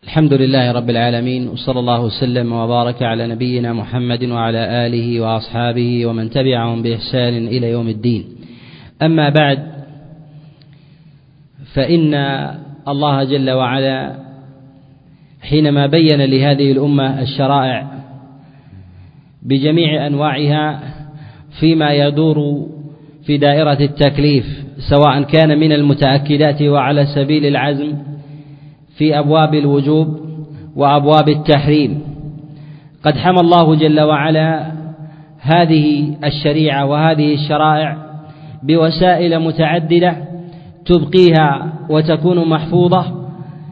الحمد لله رب العالمين، وصلى الله وسلم وبارك على نبينا محمد وعلى آله وأصحابه ومن تبعهم بإحسان إلى يوم الدين. أما بعد، فإن الله جل وعلا حينما بين لهذه الأمة الشرائع بجميع أنواعها فيما يدور في دائرة التكليف، سواء كان من المتأكدات وعلى سبيل العزم في أبواب الوجوب وأبواب التحريم، قد حمى الله جل وعلا هذه الشريعة وهذه الشرائع بوسائل متعددة تبقيها وتكون محفوظة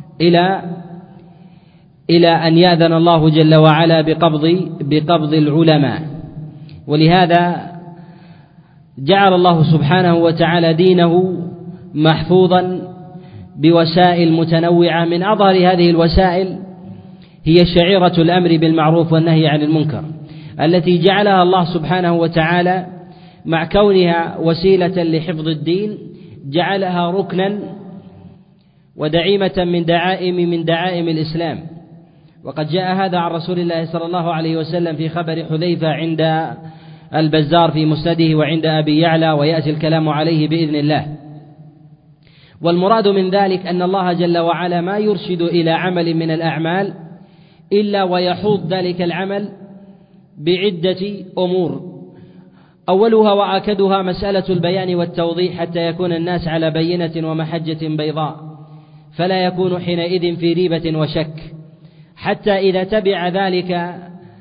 إلى أن يأذن الله جل وعلا بقبض العلماء. ولهذا جعل الله سبحانه وتعالى دينه محفوظا بوسائل متنوعة. من أظهر هذه الوسائل هي شعيرة الأمر بالمعروف والنهي عن المنكر، التي جعلها الله سبحانه وتعالى مع كونها وسيلة لحفظ الدين جعلها ركنا ودعيمة من دعائم الإسلام. وقد جاء هذا عن رسول الله صلى الله عليه وسلم في خبر حذيفة عند البزار في مسنده وعند أبي يعلى، ويأتي الكلام عليه بإذن الله. والمراد من ذلك أن الله جل وعلا ما يرشد إلى عمل من الأعمال إلا ويحوط ذلك العمل بعدة أمور، أولها وآكدها مسألة البيان والتوضيح، حتى يكون الناس على بينة ومحجة بيضاء، فلا يكون حينئذ في ريبة وشك، حتى إذا تبع ذلك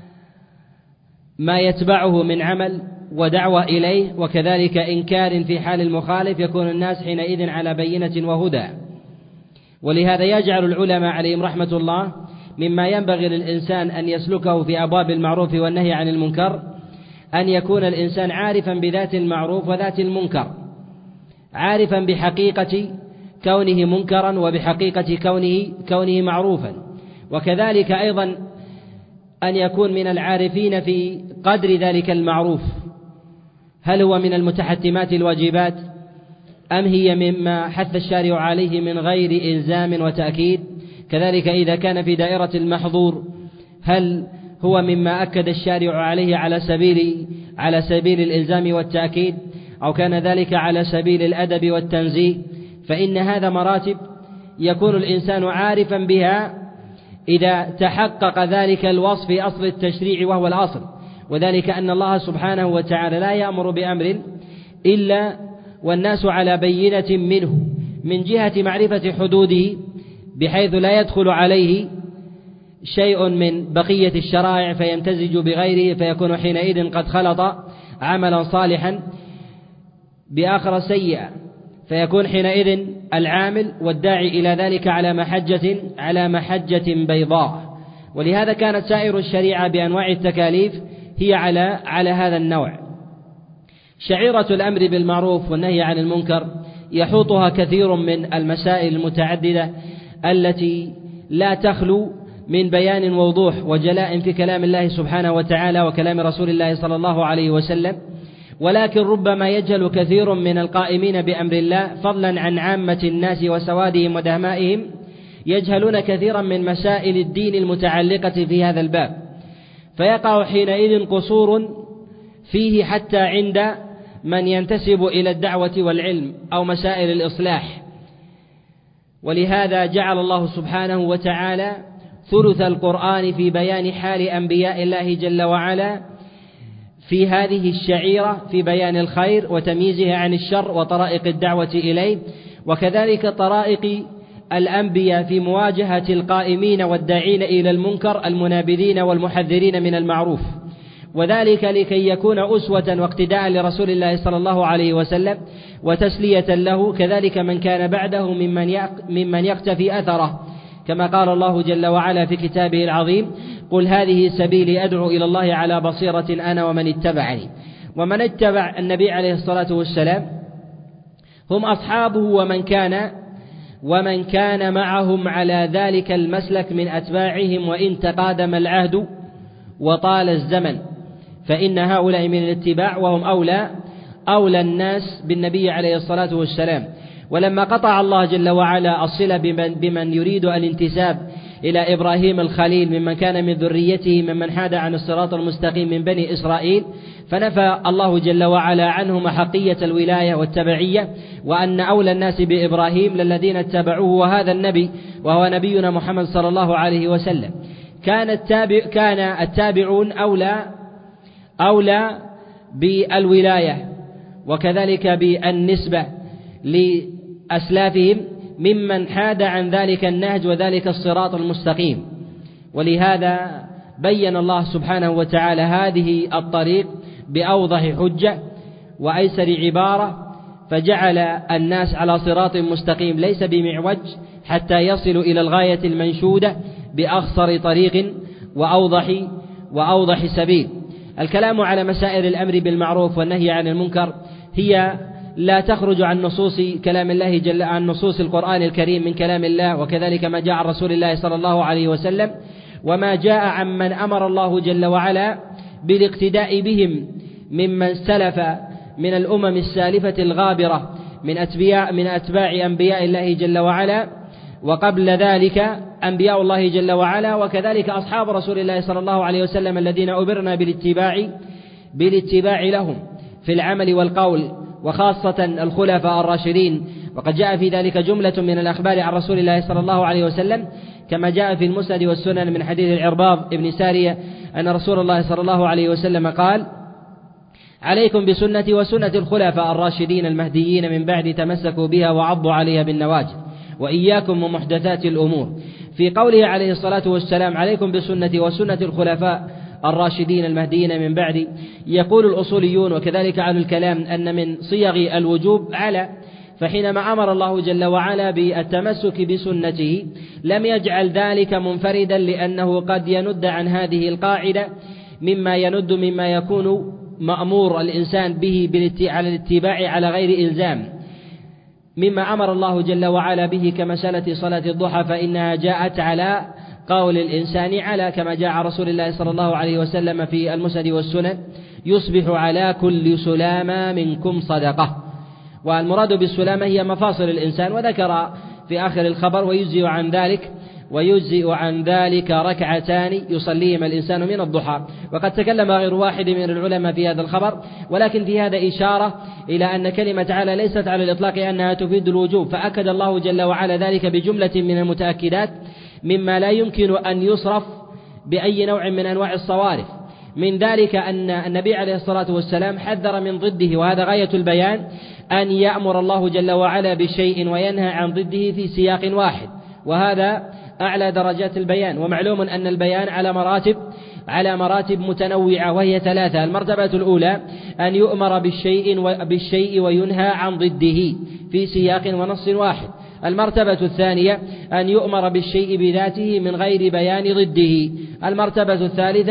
ما يتبعه من عمل ودعوة إليه وكذلك إنكار في حال المخالف، يكون الناس حينئذ على بينة وهدى. ولهذا يجعل العلماء عليهم رحمة الله مما ينبغي للإنسان أن يسلكه في أبواب المعروف والنهي عن المنكر أن يكون الإنسان عارفا بذات المعروف وذات المنكر، عارفا بحقيقة كونه منكرا وبحقيقة كونه معروفا، وكذلك أيضا أن يكون من العارفين في قدر ذلك المعروف، هل هو من المتحتمات الواجبات أم هي مما حث الشارع عليه من غير إلزام وتأكيد، كذلك إذا كان في دائرة المحظور هل هو مما أكد الشارع عليه على سبيل الإلزام والتأكيد، أو كان ذلك على سبيل الأدب والتنزيه. فإن هذا مراتب يكون الإنسان عارفا بها إذا تحقق ذلك الوصف في أصل التشريع وهو الأصل، وذلك أن الله سبحانه وتعالى لا يأمر بأمر إلا والناس على بينة منه من جهة معرفة حدوده، بحيث لا يدخل عليه شيء من بقية الشرائع فيمتزج بغيره، فيكون حينئذ قد خلط عملا صالحا بآخر سيئا، فيكون حينئذ العامل والداعي إلى ذلك على محجة بيضاء. ولهذا كانت سائر الشريعة بأنواع التكاليف هي على هذا النوع. شعيرة الأمر بالمعروف والنهي عن المنكر يحوطها كثير من المسائل المتعددة التي لا تخلو من بيان ووضوح وجلاء في كلام الله سبحانه وتعالى وكلام رسول الله صلى الله عليه وسلم، ولكن ربما يجهل كثير من القائمين بأمر الله فضلا عن عامة الناس وسوادهم ودهمائهم، يجهلون كثيرا من مسائل الدين المتعلقة في هذا الباب، فيقع حينئذ قصور فيه حتى عند من ينتسب إلى الدعوة والعلم أو مسائل الإصلاح. ولهذا جعل الله سبحانه وتعالى ثلث القرآن في بيان حال أنبياء الله جل وعلا في هذه الشعيرة، في بيان الخير وتمييزها عن الشر وطرائق الدعوة إليه، وكذلك طرائق الأنبياء في مواجهة القائمين والداعين إلى المنكر المنابذين والمحذرين من المعروف، وذلك لكي يكون أسوة واقتداء لرسول الله صلى الله عليه وسلم وتسلية له، كذلك من كان بعده ممن يقتفي أثره، كما قال الله جل وعلا في كتابه العظيم: قل هذه سبيلي أدعو إلى الله على بصيرة أنا ومن اتبعني. ومن اتبع النبي عليه الصلاة والسلام هم أصحابه ومن كان معهم على ذلك المسلك من أتباعهم، وإن تقادم العهد وطال الزمن، فإن هؤلاء من الاتباع وهم أولى الناس بالنبي عليه الصلاة والسلام. ولما قطع الله جل وعلا الصلة بمن يريد الانتساب إلى إبراهيم الخليل ممن كان من ذريته ممن حاد عن الصراط المستقيم من بني إسرائيل، فنفى الله جل وعلا عنهم حقية الولاية والتبعية، وأن أولى الناس بإبراهيم للذين اتبعوه وهذا النبي وهو نبينا محمد صلى الله عليه وسلم. كان التابعون أولى بالولاية وكذلك بالنسبة لأسلافهم ممن حاد عن ذلك النهج وذلك الصراط المستقيم. ولهذا بين الله سبحانه وتعالى هذه الطريق بأوضح حجة وأيسر عبارة، فجعل الناس على صراط مستقيم ليس بمعوج حتى يصلوا إلى الغاية المنشودة بأخصر طريق وأوضح سبيل. الكلام على مسائل الأمر بالمعروف والنهي عن المنكر هي لا تخرج عن نصوص كلام الله عن نصوص القرآن الكريم من كلام الله، وكذلك ما جاء عن رسول الله صلى الله عليه وسلم، وما جاء عن من أمر الله جل وعلا بالاقتداء بهم ممن سلف من الأمم السالفة الغابرة من أتباع أنبياء الله جل وعلا، وقبل ذلك أنبياء الله جل وعلا، وكذلك أصحاب رسول الله صلى الله عليه وسلم الذين أمرنا بالاتباع لهم في العمل والقول، وخاصة الخلفاء الراشدين. وقد جاء في ذلك جملة من الأخبار عن رسول الله صلى الله عليه وسلم كما جاء في المسند والسنن من حديث العرباض ابن سارية أن رسول الله صلى الله عليه وسلم قال: عليكم بسنتي وسنة الخلفاء الراشدين المهديين من بعد، تمسكوا بها وعضوا عليها بالنواجذ، وإياكم ومحدثات الأمور. في قوله عليه الصلاة والسلام: عليكم بسنتي وسنة الخلفاء الراشدين المهديين من بعد، يقول الأصوليون وكذلك أهل الكلام أن من صيغ الوجوب على، فحينما أمر الله جل وعلا بالتمسك بسنته لم يجعل ذلك منفردا، لأنه قد يند عن هذه القاعدة مما يكون مأمور الإنسان به على الاتباع على غير إلزام، مما أمر الله جل وعلا به كمسألة صلاة الضحى، فإنها جاءت على قول الإنسان على، كما جاء عن رسول الله صلى الله عليه وسلم في المسند والسنن: يصبح على كل سلامة منكم صدقة. والمراد بالسلامة هي مفاصل الإنسان، وذكر في آخر الخبر: ويجزئ عن ذلك ركعتان يصليهما الإنسان من الضحى. وقد تكلم غير واحد من العلماء في هذا الخبر، ولكن في هذا إشارة إلى أن كلمة على ليست على الإطلاق أنها تفيد الوجوب، فأكد الله جل وعلا ذلك بجملة من المتأكدات مما لا يمكن أن يصرف بأي نوع من أنواع الصوارف. من ذلك أن النبي عليه الصلاة والسلام حذر من ضده، وهذا غاية البيان، أن يأمر الله جل وعلا بشيء وينهى عن ضده في سياق واحد، وهذا أعلى درجات البيان. ومعلوم أن البيان على مراتب متنوعة، وهي ثلاثة: المرتبة الأولى أن يؤمر بالشيء وينهى عن ضده في سياق ونص واحد. المرتبة الثانية أن يؤمر بالشيء بذاته من غير بيان ضده. المرتبة الثالثة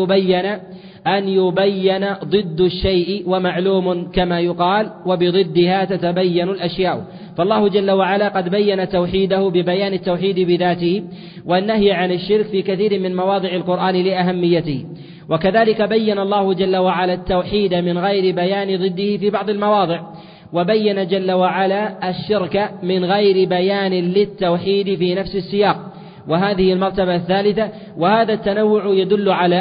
أن يبين ضد الشيء، ومعلوم كما يقال: وبضدها تتبين الأشياء. فالله جل وعلا قد بين توحيده ببيان التوحيد بذاته، والنهي عن الشرك في كثير من مواضع القرآن لأهميته. وكذلك بين الله جل وعلا التوحيد من غير بيان ضده في بعض المواضع، وبين جل وعلا الشرك من غير بيان للتوحيد في نفس السياق. وهذه المرتبة الثالثة، وهذا التنوع يدل على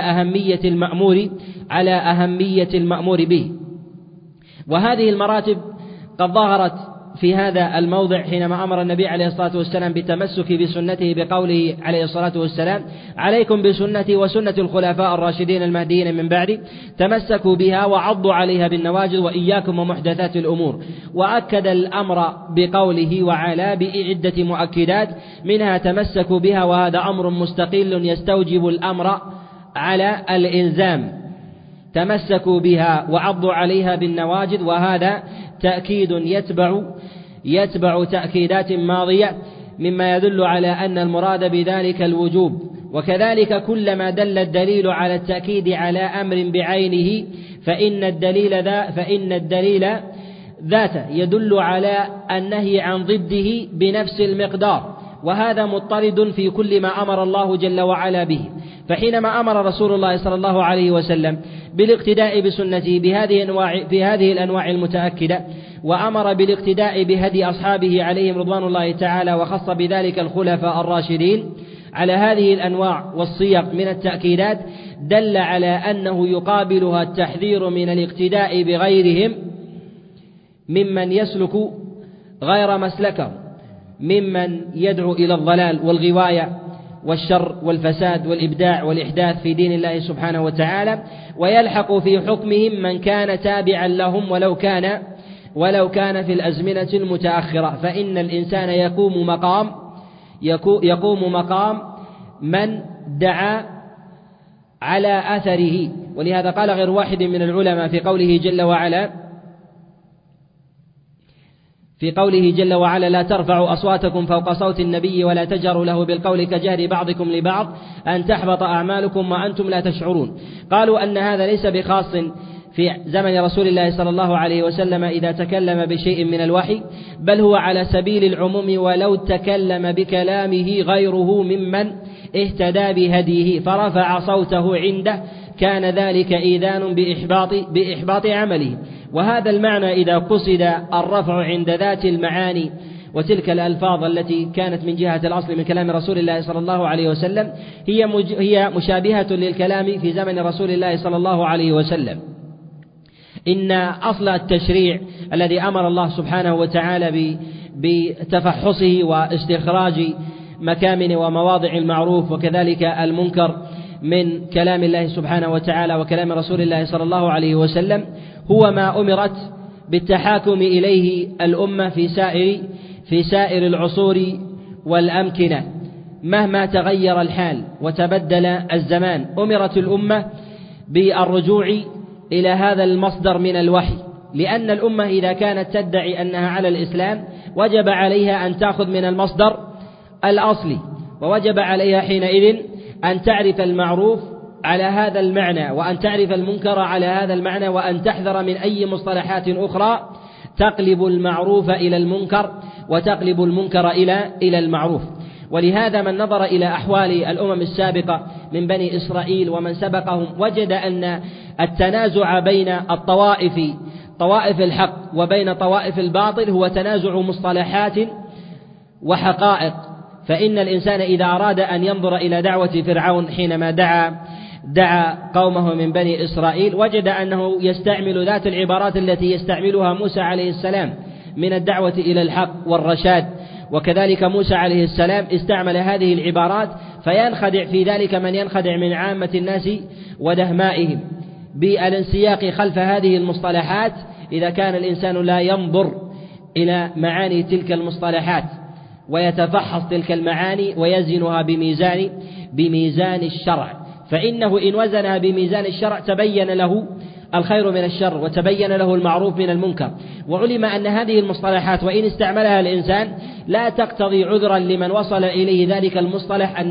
أهمية المأمور به. وهذه المراتب قد ظهرت في هذا الموضع حينما أمر النبي عليه الصلاة والسلام بالتمسك بسنته بقوله عليه الصلاة والسلام: عليكم بسنتي وسنة الخلفاء الراشدين المهديين من بعدي، تمسكوا بها وعضوا عليها بالنواجذ، وإياكم ومحدثات الأمور. وأكد الأمر بقوله وعلى بعدة مؤكدات، منها تمسكوا بها، وهذا أمر مستقل يستوجب الأمر على الإلزام. تمسكوا بها وعضوا عليها بالنواجذ، وهذا تأكيد يتبع تأكيدات ماضية، مما يدل على أن المراد بذلك الوجوب. وكذلك كلما دل الدليل على التأكيد على أمر بعينه فإن الدليل ذاته يدل على النهي عن ضده بنفس المقدار، وهذا مضطرد في كل ما أمر الله جل وعلا به. فحينما أمر رسول الله صلى الله عليه وسلم بالاقتداء بسنته في هذه الأنواع المتأكدة، وأمر بالاقتداء بهدي أصحابه عليهم رضوان الله تعالى، وخص بذلك الخلفاء الراشدين، على هذه الأنواع والصيغ من التأكيدات دل على أنه يقابلها التحذير من الاقتداء بغيرهم ممن يسلك غير مسلكه، ممن يدعو إلى الضلال والغواية والشر والفساد والإبداع والإحداث في دين الله سبحانه وتعالى، ويلحق في حكمهم من كان تابعا لهم ولو كان في الأزمنة المتأخرة، فإن الإنسان يقوم مقام من دعا على أثره. ولهذا قال غير واحد من العلماء في قوله جل وعلا لا ترفعوا أصواتكم فوق صوت النبي ولا تجهروا له بالقول كجهر بعضكم لبعض أن تحبط أعمالكم وأنتم لا تشعرون. قالوا أن هذا ليس بخاص في زمن رسول الله صلى الله عليه وسلم إذا تكلم بشيء من الوحي، بل هو على سبيل العموم ولو تكلم بكلامه غيره ممن اهتدى بهديه فرفع صوته عنده كان ذلك إيذان بإحباط عمله. وهذا المعنى إذا قصد الرفع عند ذات المعاني وتلك الألفاظ التي كانت من جهة الأصل من كلام رسول الله صلى الله عليه وسلم هي مشابهة للكلام في زمن رسول الله صلى الله عليه وسلم. إن أصل التشريع الذي أمر الله سبحانه وتعالى بتفحصه واستخراج مكامن ومواضع المعروف وكذلك المنكر من كلام الله سبحانه وتعالى وكلام رسول الله صلى الله عليه وسلم هو ما أمرت بالتحاكم إليه الأمة في سائر العصور والأمكنة مهما تغير الحال وتبدل الزمان. أمرت الأمة بالرجوع إلى هذا المصدر من الوحي، لأن الأمة إذا كانت تدعي أنها على الإسلام وجب عليها أن تأخذ من المصدر الأصلي، ووجب عليها حينئذ أن تعرف المعروف على هذا المعنى وأن تعرف المنكر على هذا المعنى، وأن تحذر من أي مصطلحات أخرى تقلب المعروف إلى المنكر وتقلب المنكر إلى المعروف. ولهذا من نظر إلى أحوال الأمم السابقة من بني إسرائيل ومن سبقهم وجد أن التنازع بين طوائف الحق وبين طوائف الباطل هو تنازع مصطلحات وحقائق. فإن الإنسان إذا أراد أن ينظر إلى دعوة فرعون حينما دعا قومه من بني إسرائيل وجد أنه يستعمل ذات العبارات التي يستعملها موسى عليه السلام من الدعوة إلى الحق والرشاد، وكذلك موسى عليه السلام استعمل هذه العبارات، فينخدع في ذلك من ينخدع من عامة الناس ودهمائهم بالانسياق خلف هذه المصطلحات إذا كان الإنسان لا ينظر إلى معاني تلك المصطلحات ويتفحص تلك المعاني ويزنها بميزان الشرع، فإنه إن وزنها بميزان الشرع تبين له الخير من الشر وتبين له المعروف من المنكر، وعلم أن هذه المصطلحات وإن استعملها الإنسان لا تقتضي عذرا لمن وصل إليه ذلك المصطلح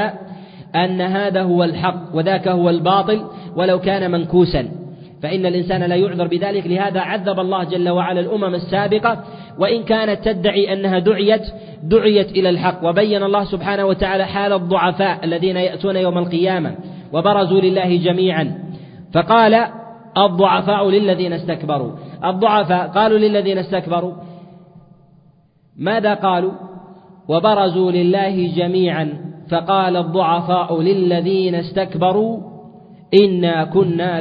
أن هذا هو الحق وذاك هو الباطل ولو كان منكوسا، فإن الإنسان لا يعذر بذلك. لهذا عذب الله جل وعلا الأمم السابقة وإن كانت تدعي أنها دعيت إلى الحق، وبين الله سبحانه وتعالى حال الضعفاء الذين يأتون يوم القيامة وبرزوا لله جميعا، فقال الضعفاء للذين استكبروا. الضعفاء قالوا للذين استكبروا ماذا قالوا؟ وبرزوا لله جميعا، فقال الضعفاء للذين استكبروا إنا كنا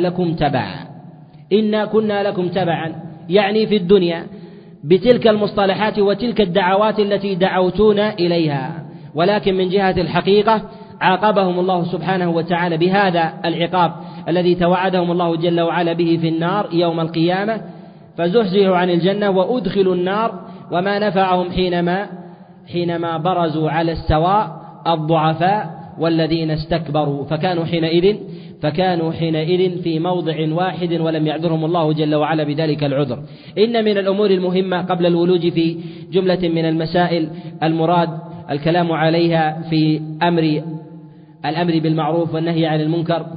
لكم تبعا، يعني في الدنيا بتلك المصطلحات وتلك الدعوات التي دعوتون إليها، ولكن من جهة الحقيقة عاقبهم الله سبحانه وتعالى بهذا العقاب الذي توعدهم الله جل وعلا به في النار يوم القيامة، فزحزحوا عن الجنة وأدخلوا النار، وما نفعهم حينما برزوا على السواء الضعفاء والذين استكبروا، فكانوا حينئذ في موضع واحد ولم يعذرهم الله جل وعلا بذلك العذر. إن من الأمور المهمة قبل الولوج في جملة من المسائل المراد الكلام عليها في الأمر بالمعروف والنهي عن المنكر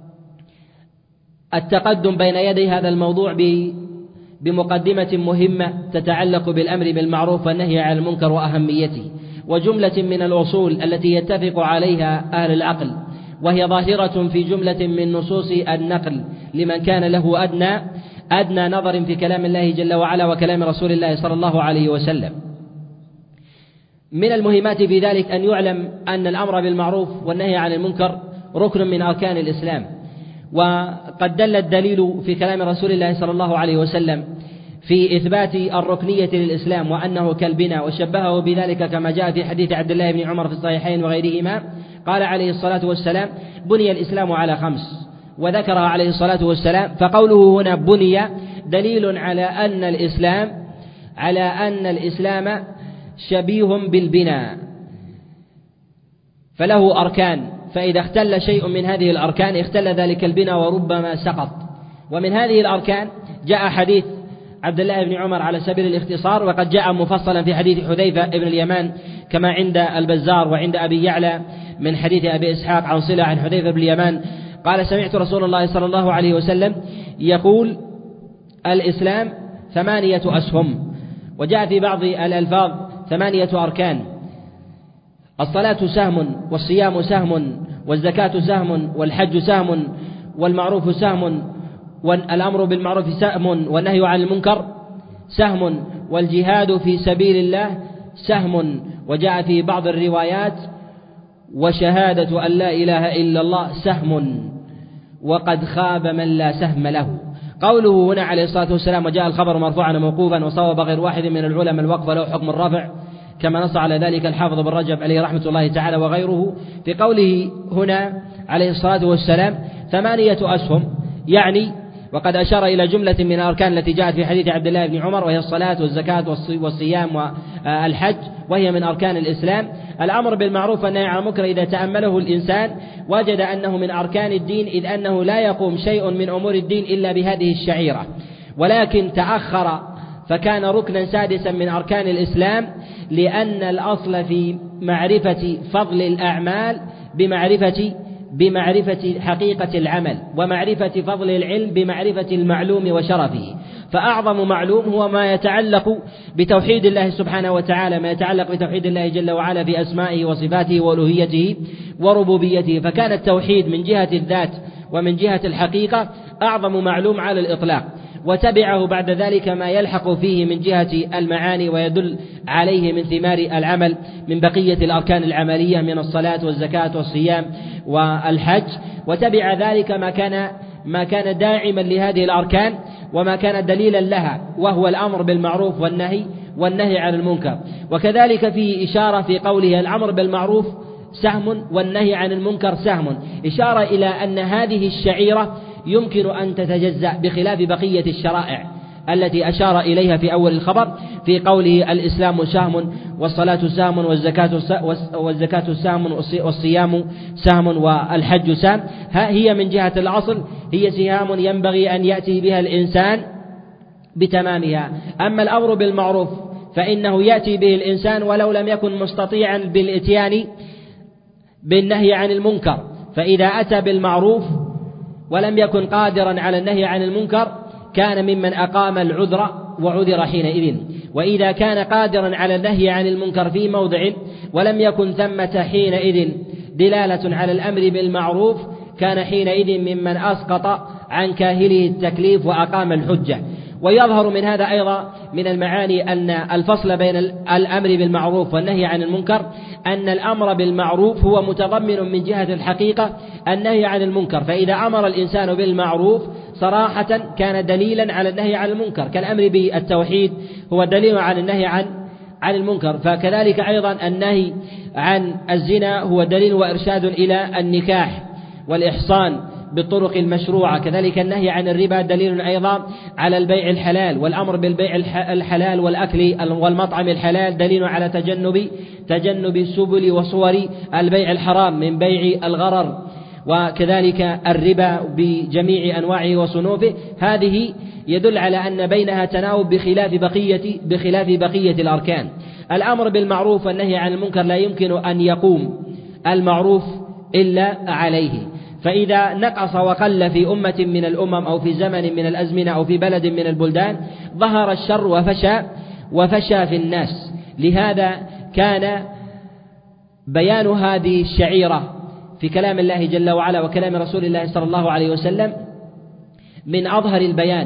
التقدم بين يدي هذا الموضوع بمقدمة مهمة تتعلق بالأمر بالمعروف والنهي عن المنكر وأهميته، وجملة من الأصول التي يتفق عليها أهل العقل، وهي ظاهرة في جملة من نصوص النقل لمن كان له أدنى نظر في كلام الله جل وعلا وكلام رسول الله صلى الله عليه وسلم. من المهمات في ذلك أن يعلم أن الأمر بالمعروف والنهي عن المنكر ركن من أركان الإسلام، وقد دل الدليل في كلام رسول الله صلى الله عليه وسلم في إثبات الركنية للإسلام وأنه كالبناء، وشبهه بذلك كما جاء في حديث عبد الله بن عمر في الصحيحين وغيرهما، قال عليه الصلاة والسلام: بني الإسلام على 5، وذكرها عليه الصلاة والسلام. فقوله هنا بني دليل على أن الإسلام شبيه بالبناء، فله أركان، فإذا اختل شيء من هذه الأركان اختل ذلك البناء وربما سقط. ومن هذه الأركان جاء حديث عبد الله بن عمر على سبيل الاختصار، وقد جاء مفصلا في حديث حذيفة بن اليمان كما عند البزار وعند أبي يعلى من حديث أبي إسحاق عن صلة عن حذيفة بن اليمان قال: سمعت رسول الله صلى الله عليه وسلم يقول: الإسلام 8 أسهم. وجاء في بعض الألفاظ 8 أركان: الصلاة سهم، والصيام سهم، والزكاة سهم، والحج سهم، والمعروف سهم، والأمر بالمعروف سهم، والنهي عن المنكر سهم، والجهاد في سبيل الله سهم. وجاء في بعض الروايات: وشهادة أن لا إله إلا الله سهم، وقد خاب من لا سهم له. قوله هنا عليه الصلاة والسلام: وجاء الخبر مرفوعا موقوفا، وصوب غير واحد من العلماء الوقف له حكم الرفع، كما نص على ذلك الحافظ بن رجب عليه رحمة الله تعالى وغيره في قوله هنا عليه الصلاة والسلام 8 أسهم، يعني وقد أشار إلى جملة من الأركان التي جاءت في حديث عبد الله بن عمر، وهي الصلاة والزكاة والصيام والحج، وهي من أركان الإسلام. الأمر بالمعروف والنهي عن المنكر إذا تأمله الإنسان وجد أنه من أركان الدين، إذ أنه لا يقوم شيء من أمور الدين إلا بهذه الشعيرة، ولكن تأخر فكان ركنا سادسا من أركان الإسلام، لأن الأصل في معرفة فضل الأعمال بمعرفة حقيقة العمل، ومعرفة فضل العلم بمعرفة المعلوم وشرفه. فأعظم معلوم هو ما يتعلق بتوحيد الله سبحانه وتعالى، ما يتعلق بتوحيد الله جل وعلا في أسمائه وصفاته وألوهيته وربوبيته. فكان التوحيد من جهة الذات ومن جهة الحقيقة أعظم معلوم على الإطلاق، وتبعه بعد ذلك ما يلحق فيه من جهة المعاني ويدل عليه من ثمار العمل من بقية الأركان العملية من الصلاة والزكاة والصيام والحج، وتبع ذلك ما كان داعما لهذه الأركان وما كان دليلا لها، وهو الأمر بالمعروف والنهي عن المنكر. وكذلك فيه إشارة في قوله: الأمر بالمعروف سهم والنهي عن المنكر سهم، إشارة إلى أن هذه الشعيرة يمكن أن تتجزأ بخلاف بقية الشرائع التي أشار إليها في أول الخبر في قوله: الإسلام سهم، والصلاة سهم، والزكاة سهم، والصيام سهم، والحج سهم. هي من جهة الأصل هي سهام ينبغي أن يأتي بها الإنسان بتمامها. أما الأمر بالمعروف فإنه يأتي به الإنسان ولو لم يكن مستطيعا بالإتيان بالنهي عن المنكر، فإذا أتى بالمعروف ولم يكن قادرا على النهي عن المنكر كان ممن أقام العذر وعذر حينئذ. وإذا كان قادرا على النهي عن المنكر في موضع ولم يكن ثمة حينئذ دلالة على الأمر بالمعروف كان حينئذ ممن أسقط عن كاهله التكليف وأقام الحجة. ويظهر من هذا أيضا من المعاني أن الفصل بين الأمر بالمعروف والنهي عن المنكر أن الأمر بالمعروف هو متضمن من جهة الحقيقة النهي عن المنكر، فإذا أمر الإنسان بالمعروف صراحة كان دليلا على النهي عن المنكر، كالأمر بالتوحيد هو دليل على النهي عن المنكر. فكذلك أيضا النهي عن الزنا هو دليل وإرشاد إلى النكاح والإحصان بالطرق المشروعة. كذلك النهي عن الربا دليل أيضا على البيع الحلال، والأمر بالبيع الحلال والأكل والمطعم الحلال دليل على تجنب سبل وصور البيع الحرام من بيع الغرر، وكذلك الربا بجميع أنواعه وصنوفه. هذه يدل على أن بينها تناوب بخلاف بقية الأركان. الأمر بالمعروف والنهي عن المنكر لا يمكن أن يقوم المعروف إلا عليه، فإذا نقص وقل في أمة من الأمم أو في زمن من الأزمنة أو في بلد من البلدان ظهر الشر وفشى في الناس. لهذا كان بيان هذه الشعيرة في كلام الله جل وعلا وكلام رسول الله صلى الله عليه وسلم من أظهر البيان،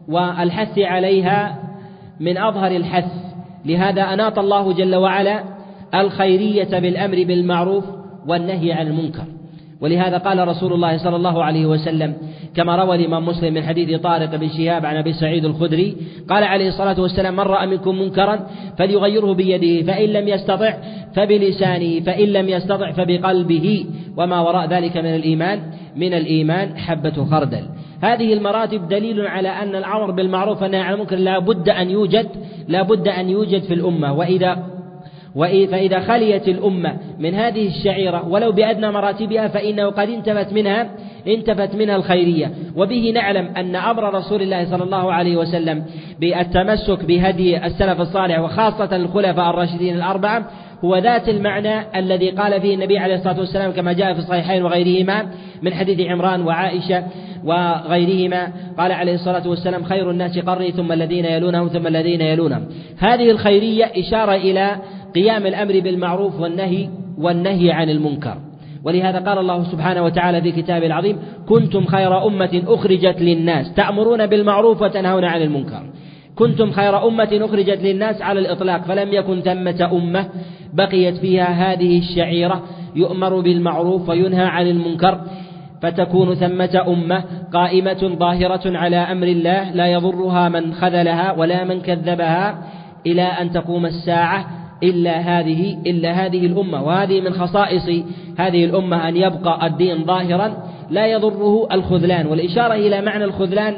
والحث عليها من أظهر الحث. لهذا أناط الله جل وعلا الخيرية بالأمر بالمعروف والنهي عن المنكر. ولهذا قال رسول الله صلى الله عليه وسلم كما روى الإمام مسلم من حديث طارق بن شهاب عن أبي سعيد الخدري قال عليه الصلاة والسلام: من رأى منكم منكرا فليغيره بيده، فإن لم يستطع فبلسانه، فإن لم يستطع فبقلبه، وما وراء ذلك من الإيمان حبة خردل. هذه المراتب دليل على أن الأمر بالمعروف والنهي عن المنكر لا بد أن يوجد في الأمة. فإذا خليت الأمة من هذه الشعيرة ولو بأدنى مراتبها فإنه قد انتفت منها الخيرية. وبه نعلم أن أمر رسول الله صلى الله عليه وسلم بالتمسك بهدي السلف الصالح وخاصة الخلفاء الراشدين الأربعة هو ذات المعنى الذي قال فيه النبي عليه الصلاة والسلام كما جاء في الصحيحين وغيرهما من حديث عمران وعائشة وغيرهما، قال عليه الصلاة والسلام: خير الناس قرني ثم الذين يلونهم ثم الذين يلونهم. هذه الخيرية إشارة إلى قيام الأمر بالمعروف والنهي عن المنكر. ولهذا قال الله سبحانه وتعالى في كتابه العظيم: كنتم خير أمة أخرجت للناس تأمرون بالمعروف وتنهون عن المنكر. كنتم خير أمة أخرجت للناس على الإطلاق، فلم يكن ثمة أمة بقيت فيها هذه الشعيرة يؤمر بالمعروف وينهى عن المنكر، فتكون ثمة أمة قائمة ظاهرة على أمر الله لا يضرها من خذلها ولا من كذبها إلى أن تقوم الساعة إلا هذه الأمة. وهذه من خصائص هذه الأمة أن يبقى الدين ظاهرا لا يضره الخذلان. والإشارة إلى معنى الخذلان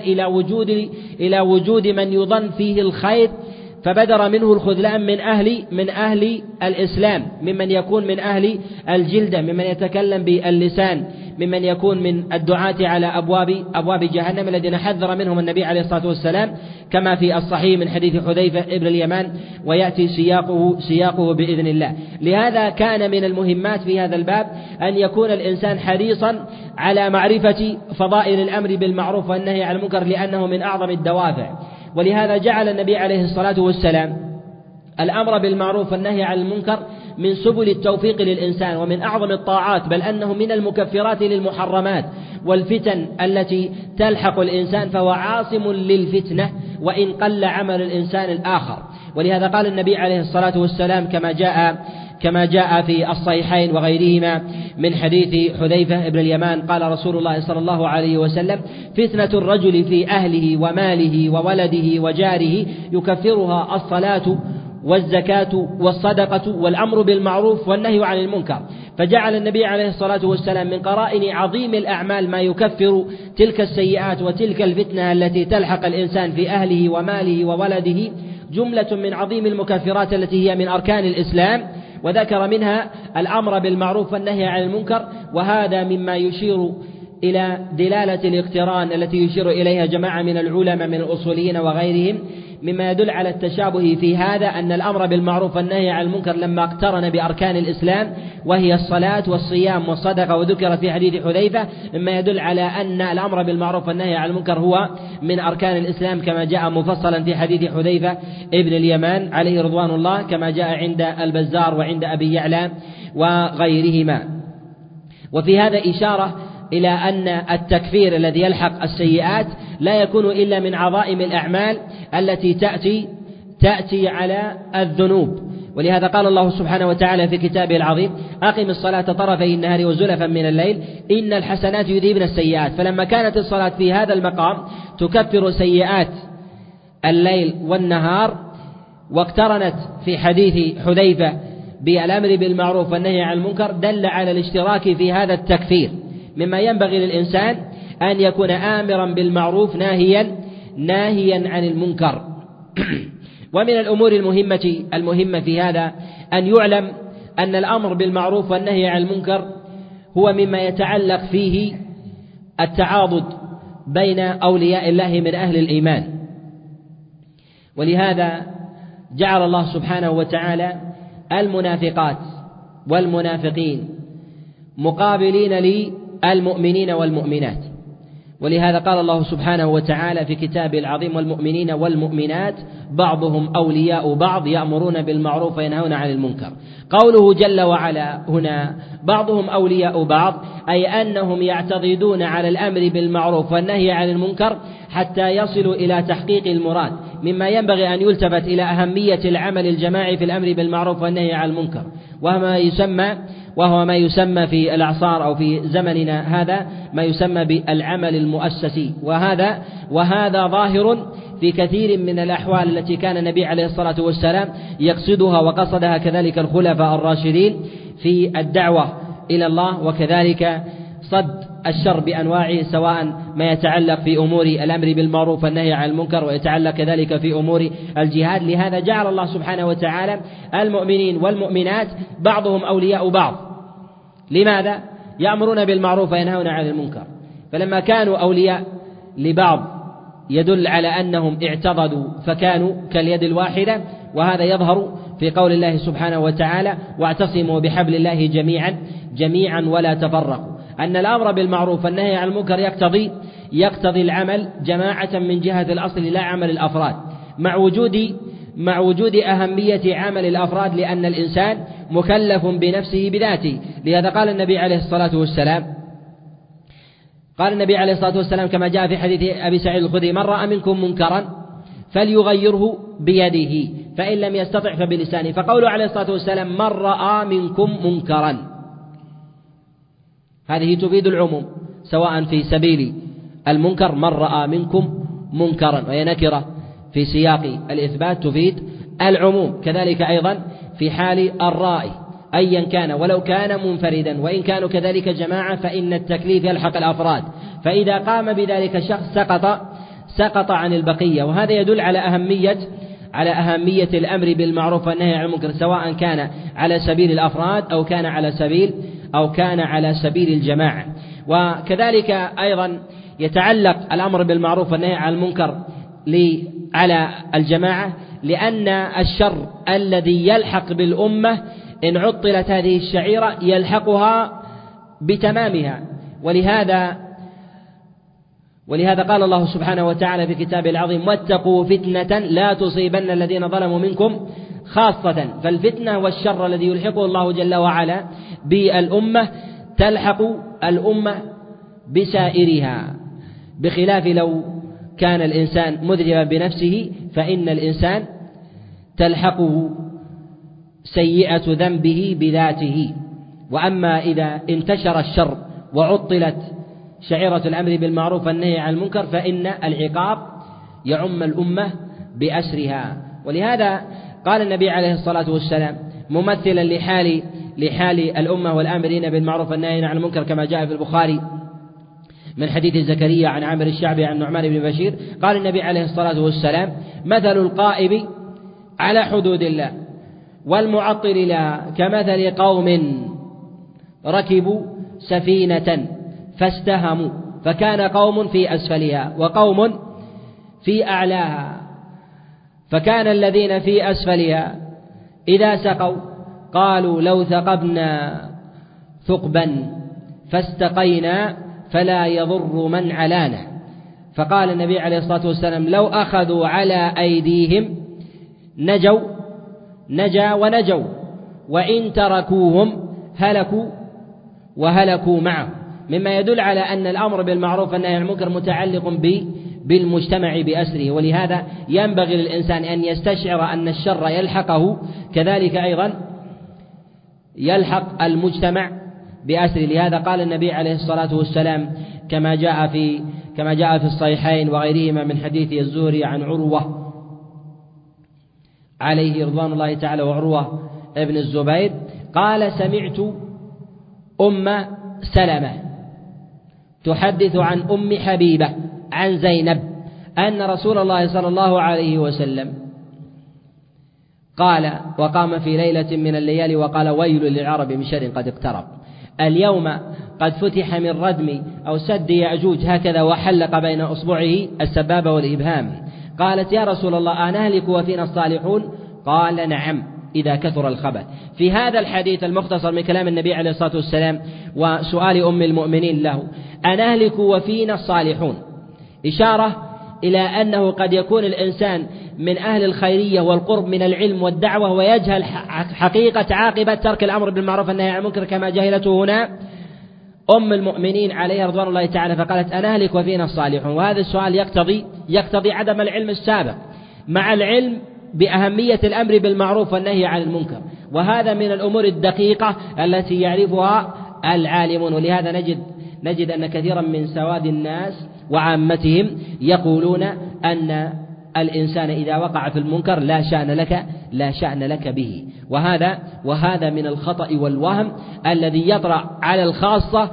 إلى وجود من يظن فيه الخير فبدر منه الخذلان من أهل الإسلام، ممن يكون من أهل الجلدة، ممن يتكلم باللسان، ممن يكون من الدعاة على أبواب جهنم الذين حذر منهم النبي عليه الصلاة والسلام كما في الصحيح من حديث حذيفة ابن اليمان، ويأتي سياقه بإذن الله. لهذا كان من المهمات في هذا الباب أن يكون الإنسان حريصا على معرفة فضائل الأمر بالمعروف والنهي عن المنكر لأنه من أعظم الدوافع. ولهذا جعل النبي عليه الصلاة والسلام الأمر بالمعروف والنهي عن المنكر من سبل التوفيق للإنسان ومن أعظم الطاعات، بل أنه من المكفرات للمحرمات والفتن التي تلحق الإنسان، فهو عاصم للفتنة وإن قل عمل الإنسان الآخر. ولهذا قال النبي عليه الصلاة والسلام كما جاء في الصحيحين وغيرهما من حديث حذيفة ابن اليمان قال رسول الله صلى الله عليه وسلم: فتنة الرجل في أهله وماله وولده وجاره يكفرها الصلاة والزكاة والصدقة والأمر بالمعروف والنهي عن المنكر. فجعل النبي عليه الصلاة والسلام من قرائن عظيم الأعمال ما يكفر تلك السيئات وتلك الفتنة التي تلحق الإنسان في أهله وماله وولده جملة من عظيم المكفرات التي هي من أركان الإسلام، وذكر منها الأمر بالمعروف والنهي عن المنكر. وهذا مما يشير إلى دلالة الاقتران التي يشير إليها جماعة من العلماء من الأصوليين وغيرهم، مما يدل على التشابه في هذا أن الأمر بالمعروف والنهي عن المنكر لما اقترن بأركان الإسلام وهي الصلاة والصيام والصدقة وذكرت في حديث حذيفة، مما يدل على أن الأمر بالمعروف والنهي عن المنكر هو من أركان الإسلام كما جاء مفصلا في حديث حذيفة ابن اليمان عليه رضوان الله كما جاء عند البزار وعند أبي يعلى وغيرهما. وفي هذا إشارة إلى أن التكفير الذي يلحق السيئات لا يكون إلا من عظائم الأعمال التي تأتي على الذنوب. ولهذا قال الله سبحانه وتعالى في كتابه العظيم: أقم الصلاة طرفي النهار وزلفا من الليل إن الحسنات يذهبن السيئات. فلما كانت الصلاة في هذا المقام تكفر سيئات الليل والنهار، واقترنت في حديث حذيفة بالأمر بالمعروف والنهي عن المنكر، دل على الاشتراك في هذا التكفير. مما ينبغي للإنسان أن يكون آمرا بالمعروف ناهيا عن المنكر. ومن الأمور المهمة في هذا أن يعلم أن الأمر بالمعروف والنهي عن المنكر هو مما يتعلق فيه التعاضد بين أولياء الله من أهل الإيمان. ولهذا جعل الله سبحانه وتعالى المنافقات والمنافقين مقابلين للمؤمنين والمؤمنات. ولهذا قال الله سبحانه وتعالى في كتابه العظيم: والمؤمنين والمؤمنات بعضهم أولياء بعض يأمرون بالمعروف وينهون عن المنكر. قوله جل وعلا هنا بعضهم أولياء بعض، أي أنهم يعتضدون على الأمر بالمعروف والنهي عن المنكر حتى يصلوا إلى تحقيق المراد. مما ينبغي أن يلتفت إلى أهمية العمل الجماعي في الأمر بالمعروف والنهي عن المنكر، وهو ما يسمى في الأعصار أو في زمننا هذا ما يسمى بالعمل المؤسسي، وهذا ظاهر في كثير من الأحوال التي كان النبي عليه الصلاة والسلام يقصدها وقصدها كذلك الخلفاء الراشدين في الدعوة إلى الله، وكذلك صد الشر بأنواعه، سواء ما يتعلق في أمور الأمر بالمعروف والنهي عن المنكر، ويتعلق كذلك في أمور الجهاد. لهذا جعل الله سبحانه وتعالى المؤمنين والمؤمنات بعضهم أولياء بعض. لماذا؟ يأمرون بالمعروف وينهون عن المنكر، فلما كانوا أولياء لبعض يدل على أنهم اعتضدوا فكانوا كاليد الواحدة. وهذا يظهر في قول الله سبحانه وتعالى: واعتصموا بحبل الله جميعا ولا تفرقوا، أن الأمر بالمعروف والنهي عن المنكر يقتضي العمل جماعة من جهة الأصل لا عمل الأفراد، مع وجود أهمية عمل الأفراد، لأن الإنسان مكلف بنفسه بذاته. لهذا قال النبي عليه الصلاة والسلام كما جاء في حديث أبي سعيد الخدري: من رأى منكم منكرا فليغيره بيده، فإن لم يستطع فبلسانه. فقوله عليه الصلاة والسلام: من رأى منكم منكرا، هذه تفيد العموم، سواء في سبيل المنكر من رأى منكم منكرا، وهي نكرة في سياق الإثبات تفيد العموم، كذلك أيضا في حال الرائي أيا كان ولو كان منفردا، وإن كانوا كذلك جماعة فإن التكليف يلحق الأفراد، فإذا قام بذلك شخص سقط عن البقية. وهذا يدل على أهمية الأمر بالمعروف والنهي عن المنكر، سواء كان على سبيل الأفراد أو كان على سبيل الجماعة. وكذلك أيضا يتعلق الأمر بالمعروف والنهي عن المنكر على الجماعة، لأن الشر الذي يلحق بالأمة إن عطلت هذه الشعيرة يلحقها بتمامها. ولهذا قال الله سبحانه وتعالى في كتابه العظيم: واتقوا فتنة لا تصيبن الذين ظلموا منكم خاصة. فالفتنة والشر الذي يلحقه الله جل وعلا بالأمة تلحق الأمة بسائرها، بخلاف لو كان الإنسان مذنبا بنفسه فإن الإنسان تلحقه سيئة ذنبه بذاته. وأما إذا انتشر الشر وعطلت شعيرة الأمر بالمعروف والنهي عن المنكر فإن العقاب يعم الأمة بأسرها. ولهذا قال النبي عليه الصلاة والسلام ممثلا لحال الأمة والآمرين بالمعروف والنهي عن المنكر كما جاء في البخاري من حديث زكريا عن عامر الشعبي عن نعمان بن بشير قال النبي عليه الصلاة والسلام: مثل القائم على حدود الله والمعطل لها كمثل قوم ركبوا سفينة فاستهموا، فكان قوم في أسفلها وقوم في أعلاها، فكان الذين في أسفلها إذا سقوا قالوا: لو ثقبنا ثقبا فاستقينا فلا يضر من علانا. فقال النبي عليه الصلاة والسلام: لو أخذوا على أيديهم نجا ونجوا، وإن تركوهم وهلكوا معه، مما يدل على أن الأمر بالمعروف والنهي عن المنكر متعلق بالمجتمع بأسره. ولهذا ينبغي للإنسان أن يستشعر أن الشر يلحقه، كذلك أيضا يلحق المجتمع بأسره. لهذا قال النبي عليه الصلاة والسلام كما جاء في الصحيحين وغيرهما من حديث الزهري عن عروة عليه رضوان الله تعالى وعروة ابن الزبير قال: سمعت أم سلمة تحدث عن أم حبيبة عن زينب أن رسول الله صلى الله عليه وسلم قال وقام في ليلة من الليالي وقال: ويل للعرب من شر قد اقترب، اليوم قد فتح من ردم أو سد يأجوج هكذا، وحلق بين أصبعه السبابة والإبهام. قالت: يا رسول الله أنهلك وفينا الصالحون؟ قال: نعم إذا كثر الخبث. في هذا الحديث المختصر من كلام النبي عليه الصلاة والسلام وسؤال أم المؤمنين له: أنهلك وفينا الصالحون، إشارة إلى أنه قد يكون الإنسان من أهل الخيرية والقرب من العلم والدعوة ويجهل حقيقة عاقبة ترك الأمر بالمعروف والنهي عن المنكر كما جهلته هنا أم المؤمنين عليها رضوان الله تعالى، فقالت: أنهلك وفينا الصالحون. وهذا السؤال يقتضي عدم العلم السابق مع العلم بأهمية الأمر بالمعروف والنهي عن المنكر، وهذا من الأمور الدقيقة التي يعرفها العالمون. ولهذا نجد أن كثيرا من سواد الناس وعامتهم يقولون أن الإنسان إذا وقع في المنكر لا شأن لك به، وهذا من الخطأ والوهم الذي يطرأ على الخاصة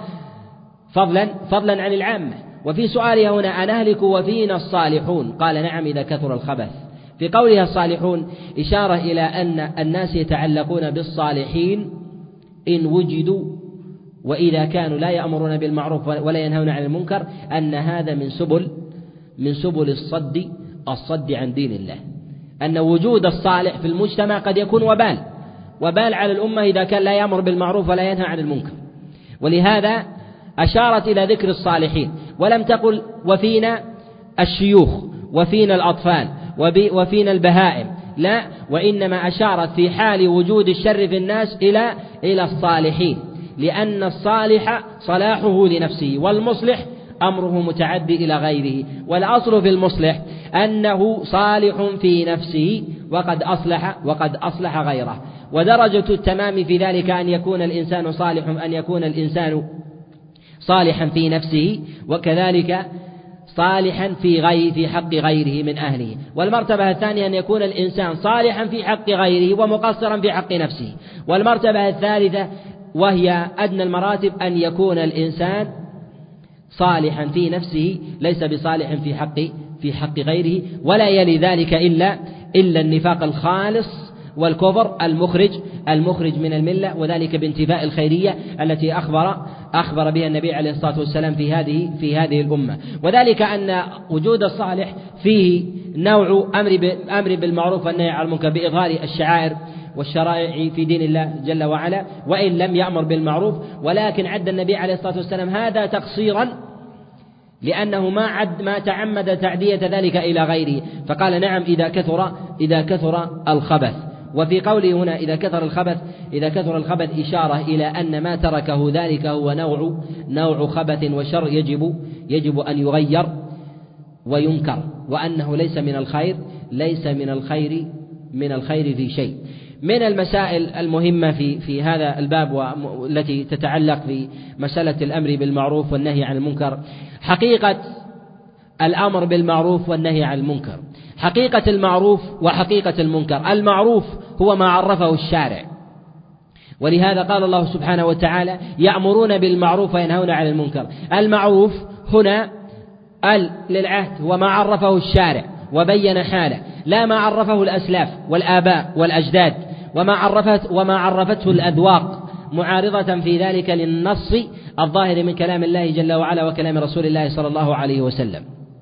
فضلا عن العامة. وفي سؤالها هنا أنهلك وفينا الصالحون؟ قال نعم إذا كثر الخبث. في قولها الصالحون إشارة إلى أن الناس يتعلقون بالصالحين إن وجدوا، وإذا كانوا لا يأمرون بالمعروف ولا ينهون عن المنكر، أن هذا من سبل الصد عن دين الله، أن وجود الصالح في المجتمع قد يكون وبال على الأمة إذا كان لا يأمر بالمعروف ولا ينهى عن المنكر. ولهذا أشارت إلى ذكر الصالحين، ولم تقل وفينا الشيوخ وفينا الأطفال وفينا البهائم، لا، وإنما أشارت في حال وجود الشر في الناس إلى الصالحين، لأن الصالح صلاحه لنفسه، والمصلح أمره متعدي إلى غيره. والأصل في المصلح أنه صالح في نفسه وقد أصلح غيره. ودرجة التمام في ذلك أن يكون الإنسان صالحا في نفسه، وكذلك صالحا في حق غيره من أهله. والمرتبة الثانية أن يكون الإنسان صالحا في حق غيره ومقصرا في حق نفسه. والمرتبة الثالثة وهي أدنى المراتب أن يكون الإنسان صالحا في نفسه ليس بصالح في حق غيره. ولا يلي ذلك إلا النفاق الخالص والكفر المخرج من الملة، وذلك بانتفاء الخيرية التي أخبر بها النبي عليه الصلاة والسلام في هذه الأمة. وذلك أن وجود الصالح فيه نوع أمر بالمعروف والنهي عن المنكر بإظهار الشعائر والشرائع في دين الله جل وعلا، وإن لم يأمر بالمعروف. ولكن عد النبي عليه الصلاة والسلام هذا تقصيرا، لأنه ما تعمد تعدية ذلك إلى غيره، فقال نعم إذا كثر الخبث. وفي قوله هنا إذا كثر الخبث إشارة إلى أن ما تركه ذلك هو نوع خبث وشر يجب أن يغير وينكر، وأنه ليس من الخير في شيء. من المسائل المهمة في هذا الباب والتي تتعلق في مسألة الأمر بالمعروف والنهي عن المنكر حقيقة الأمر بالمعروف والنهي عن المنكر، حقيقة المعروف وحقيقة المنكر. المعروف هو ما عرفه الشارع، ولهذا قال الله سبحانه وتعالى يأمرون بالمعروف وينهون عن المنكر. المعروف هنا للعهد وما عرفه الشارع وبين حاله، لا ما عرفه الأسلاف والآباء والأجداد وما عرفته الأذواق، معارضة في ذلك للنص الظاهر من كلام الله جل وعلا وكلام رسول الله صلى الله عليه وسلم.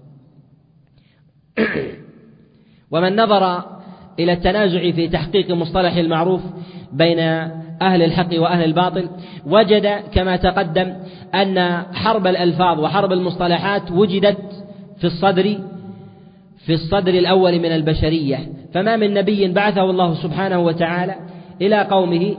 ومن نظر إلى التنازع في تحقيق مصطلح المعروف بين أهل الحق وأهل الباطل وجد كما تقدم أن حرب الألفاظ وحرب المصطلحات وجدت في الصدر الأول من البشرية، فما من نبي بعثه الله سبحانه وتعالى إلى قومه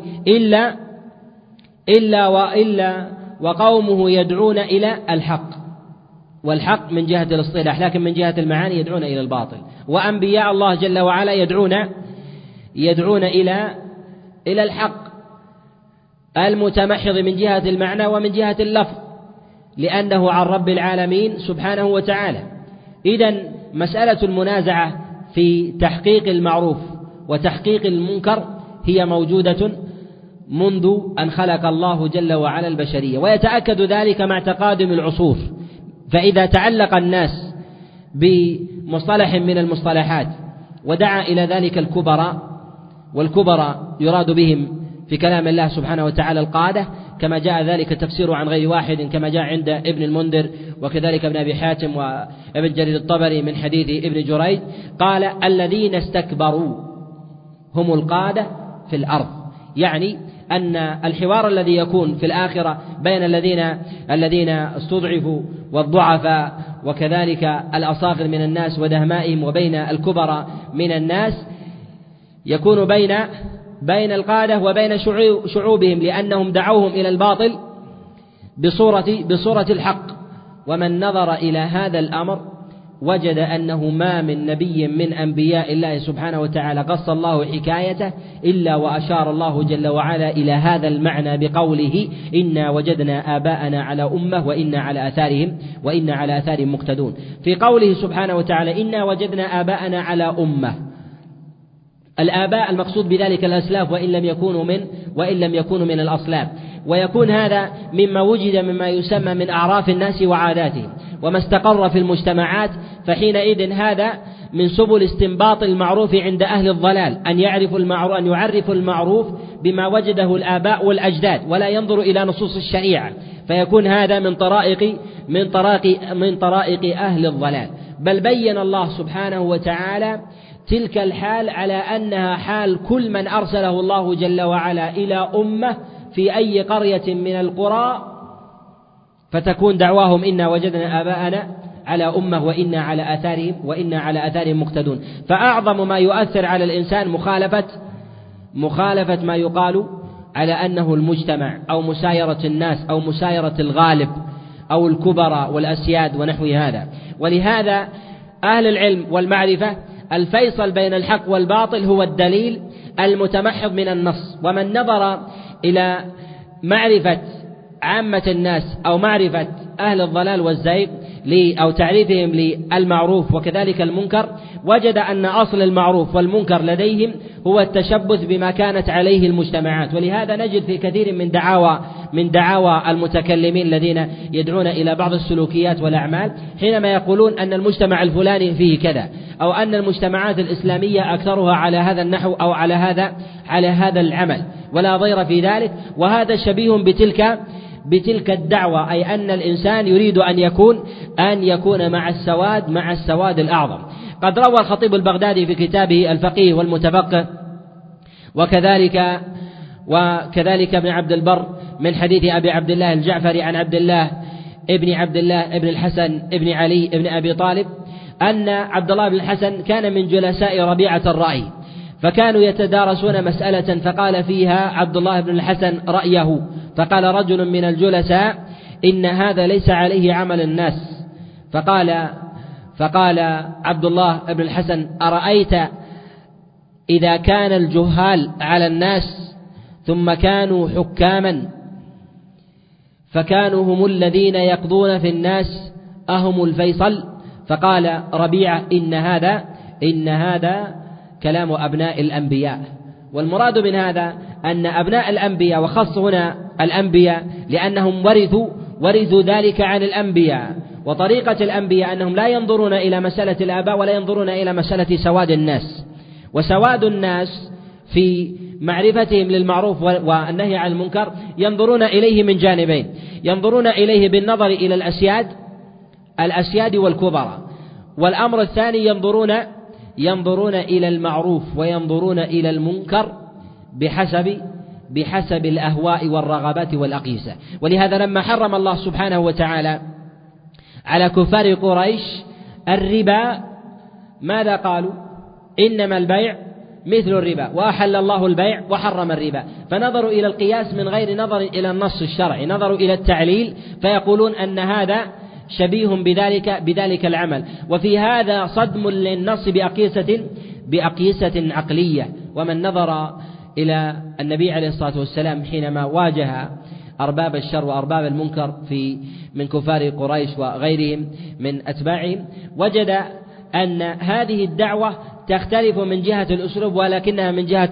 إلا وقومه يدعون إلى الحق، والحق من جهة الاصطلاح، لكن من جهة المعاني يدعون إلى الباطل. وأنبياء الله جل وعلا يدعون إلى الحق المتمحض من جهة المعنى ومن جهة اللفظ، لأنه عن رب العالمين سبحانه وتعالى. إذن مسألة المنازعة في تحقيق المعروف وتحقيق المنكر هي موجودة منذ أن خلق الله جل وعلا البشرية، ويتأكد ذلك مع تقادم العصور. فإذا تعلق الناس بمصطلح من المصطلحات ودعا إلى ذلك الكبراء، والكبراء يراد بهم في كلام الله سبحانه وتعالى القادة، كما جاء ذلك تفسير عن غير واحد، كما جاء عند ابن المنذر وكذلك ابن أبي حاتم وابن جرير الطبري من حديث ابن جريج، قال الذين استكبروا هم القادة في الأرض. يعني أن الحوار الذي يكون في الآخرة بين الذين استضعفوا والضعفاء وكذلك الأصاغر من الناس ودهمائهم وبين الكبراء من الناس يكون بين القادة وبين شعوبهم، لأنهم دعوهم إلى الباطل بصورة الحق. ومن نظر إلى هذا الأمر وجد أنه ما من نبي من أنبياء الله سبحانه وتعالى قص الله حكايته إلا وأشار الله جل وعلا إلى هذا المعنى بقوله إنا وجدنا آباءنا على أمة وإنا على آثارهم مقتدون. في قوله سبحانه وتعالى إنا وجدنا آباءنا على أمة، الآباء المقصود بذلك الأسلاف وإن لم يكونوا من الأصلاب، ويكون هذا مما وجد مما يسمى من أعراف الناس وعاداتهم وما استقر في المجتمعات، فحينئذ هذا من سبل استنباط المعروف عند أهل الضلال أن يعرفوا المعروف بما وجده الآباء والأجداد ولا ينظر إلى نصوص الشريعة، فيكون هذا من طرائق أهل الضلال. بل بين الله سبحانه وتعالى تلك الحال على أنها حال كل من أرسله الله جل وعلا إلى أمة في أي قرية من القرى، فتكون دعواهم إنا وجدنا آباءنا على أمة وإنا على آثارهم مقتدون. فأعظم ما يؤثر على الإنسان مخالفة ما يقال على أنه المجتمع أو مسايرة الناس أو مسايرة الغالب أو الكبرى والأسياد ونحو هذا. ولهذا أهل العلم والمعرفة الفيصل بين الحق والباطل هو الدليل المتمحض من النص، ومن نظر إلى معرفة عامة الناس أو معرفة أهل الضلال والزيغ أو تعريفهم للمعروف وكذلك المنكر، وجد أن أصل المعروف والمنكر لديهم هو التشبث بما كانت عليه المجتمعات. ولهذا نجد في كثير من دعاوى المتكلمين الذين يدعون إلى بعض السلوكيات والأعمال حينما يقولون أن المجتمع الفلاني فيه كذا، أو أن المجتمعات الإسلامية أكثرها على هذا النحو أو على هذا العمل، ولا ضير في ذلك. وهذا شبيه بتلك الدعوة، أي أن الإنسان يريد أن يكون مع السواد الأعظم. قد روى الخطيب البغدادي في كتابه الفقيه والمتفقه وكذلك ابن عبد البر من حديث أبي عبد الله الجعفري عن عبد الله ابن الحسن ابن علي ابن أبي طالب أن عبد الله بن الحسن كان من جلساء ربيعة الرأي، فكانوا يتدارسون مسألة فقال فيها عبد الله بن الحسن رأيه، فقال رجل من الجلساء إن هذا ليس عليه عمل الناس، فقال عبد الله بن الحسن أرأيت إذا كان الجهال على الناس ثم كانوا حكاما فكانوا هم الذين يقضون في الناس أهم الفيصل؟ فقال ربيعة إن هذا كلام أبناء الأنبياء. والمراد من هذا أن أبناء الأنبياء، وخص هنا الأنبياء لأنهم ورثوا ذلك عن الأنبياء، وطريقة الأنبياء أنهم لا ينظرون إلى مسألة الآباء ولا ينظرون إلى مسألة سواد الناس. وسواد الناس في معرفتهم للمعروف والنهي عن المنكر ينظرون إليه من جانبين: ينظرون إليه بالنظر إلى الأسياد والكبرى، والأمر الثاني ينظرون إلى المعروف وينظرون إلى المنكر بحسب الأهواء والرغبات والأقيسة. ولهذا لما حرم الله سبحانه وتعالى على كفار قريش الربا ماذا قالوا؟ إنما البيع مثل الربا، وأحل الله البيع وحرم الربا. فنظروا إلى القياس من غير نظر إلى النص الشرعي، نظروا إلى التعليل فيقولون أن هذا شبيه بذلك العمل. وفي هذا صدم للنص بأقيسة عقلية. ومن نظر إلى النبي عليه الصلاة والسلام حينما واجه أرباب الشر وأرباب المنكر من كفار قريش وغيرهم من أتباعهم، وجد أن هذه الدعوة تختلف من جهة الأسلوب ولكنها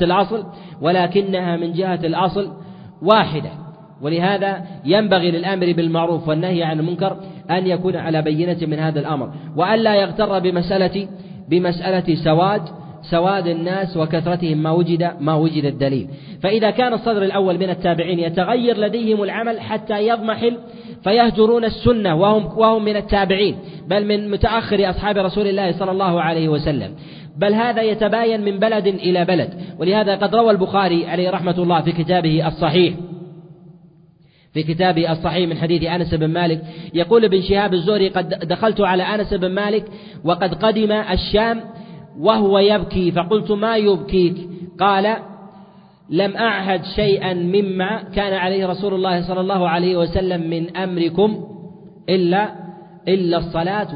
من جهة الأصل واحدة. ولهذا ينبغي للآمر بالمعروف والنهي عن المنكر أن يكون على بينة من هذا الأمر، وألا يغتر بمسألة سواد الناس وكثرتهم ما وجد الدليل. فإذا كان الصدر الأول من التابعين يتغير لديهم العمل حتى يضمحل فيهجرون السنة وهم من التابعين، بل من متأخر أصحاب رسول الله صلى الله عليه وسلم، بل هذا يتباين من بلد إلى بلد. ولهذا قد روى البخاري عليه رحمة الله في كتابه الصحيح من حديث أنس بن مالك، يقول ابن شهاب الزهري: قد دخلت على أنس بن مالك وقد قدم الشام وهو يبكي، فقلت: ما يبكيك؟ قال: لم أعهد شيئا مما كان عليه رسول الله صلى الله عليه وسلم من أمركم إلا الصلاة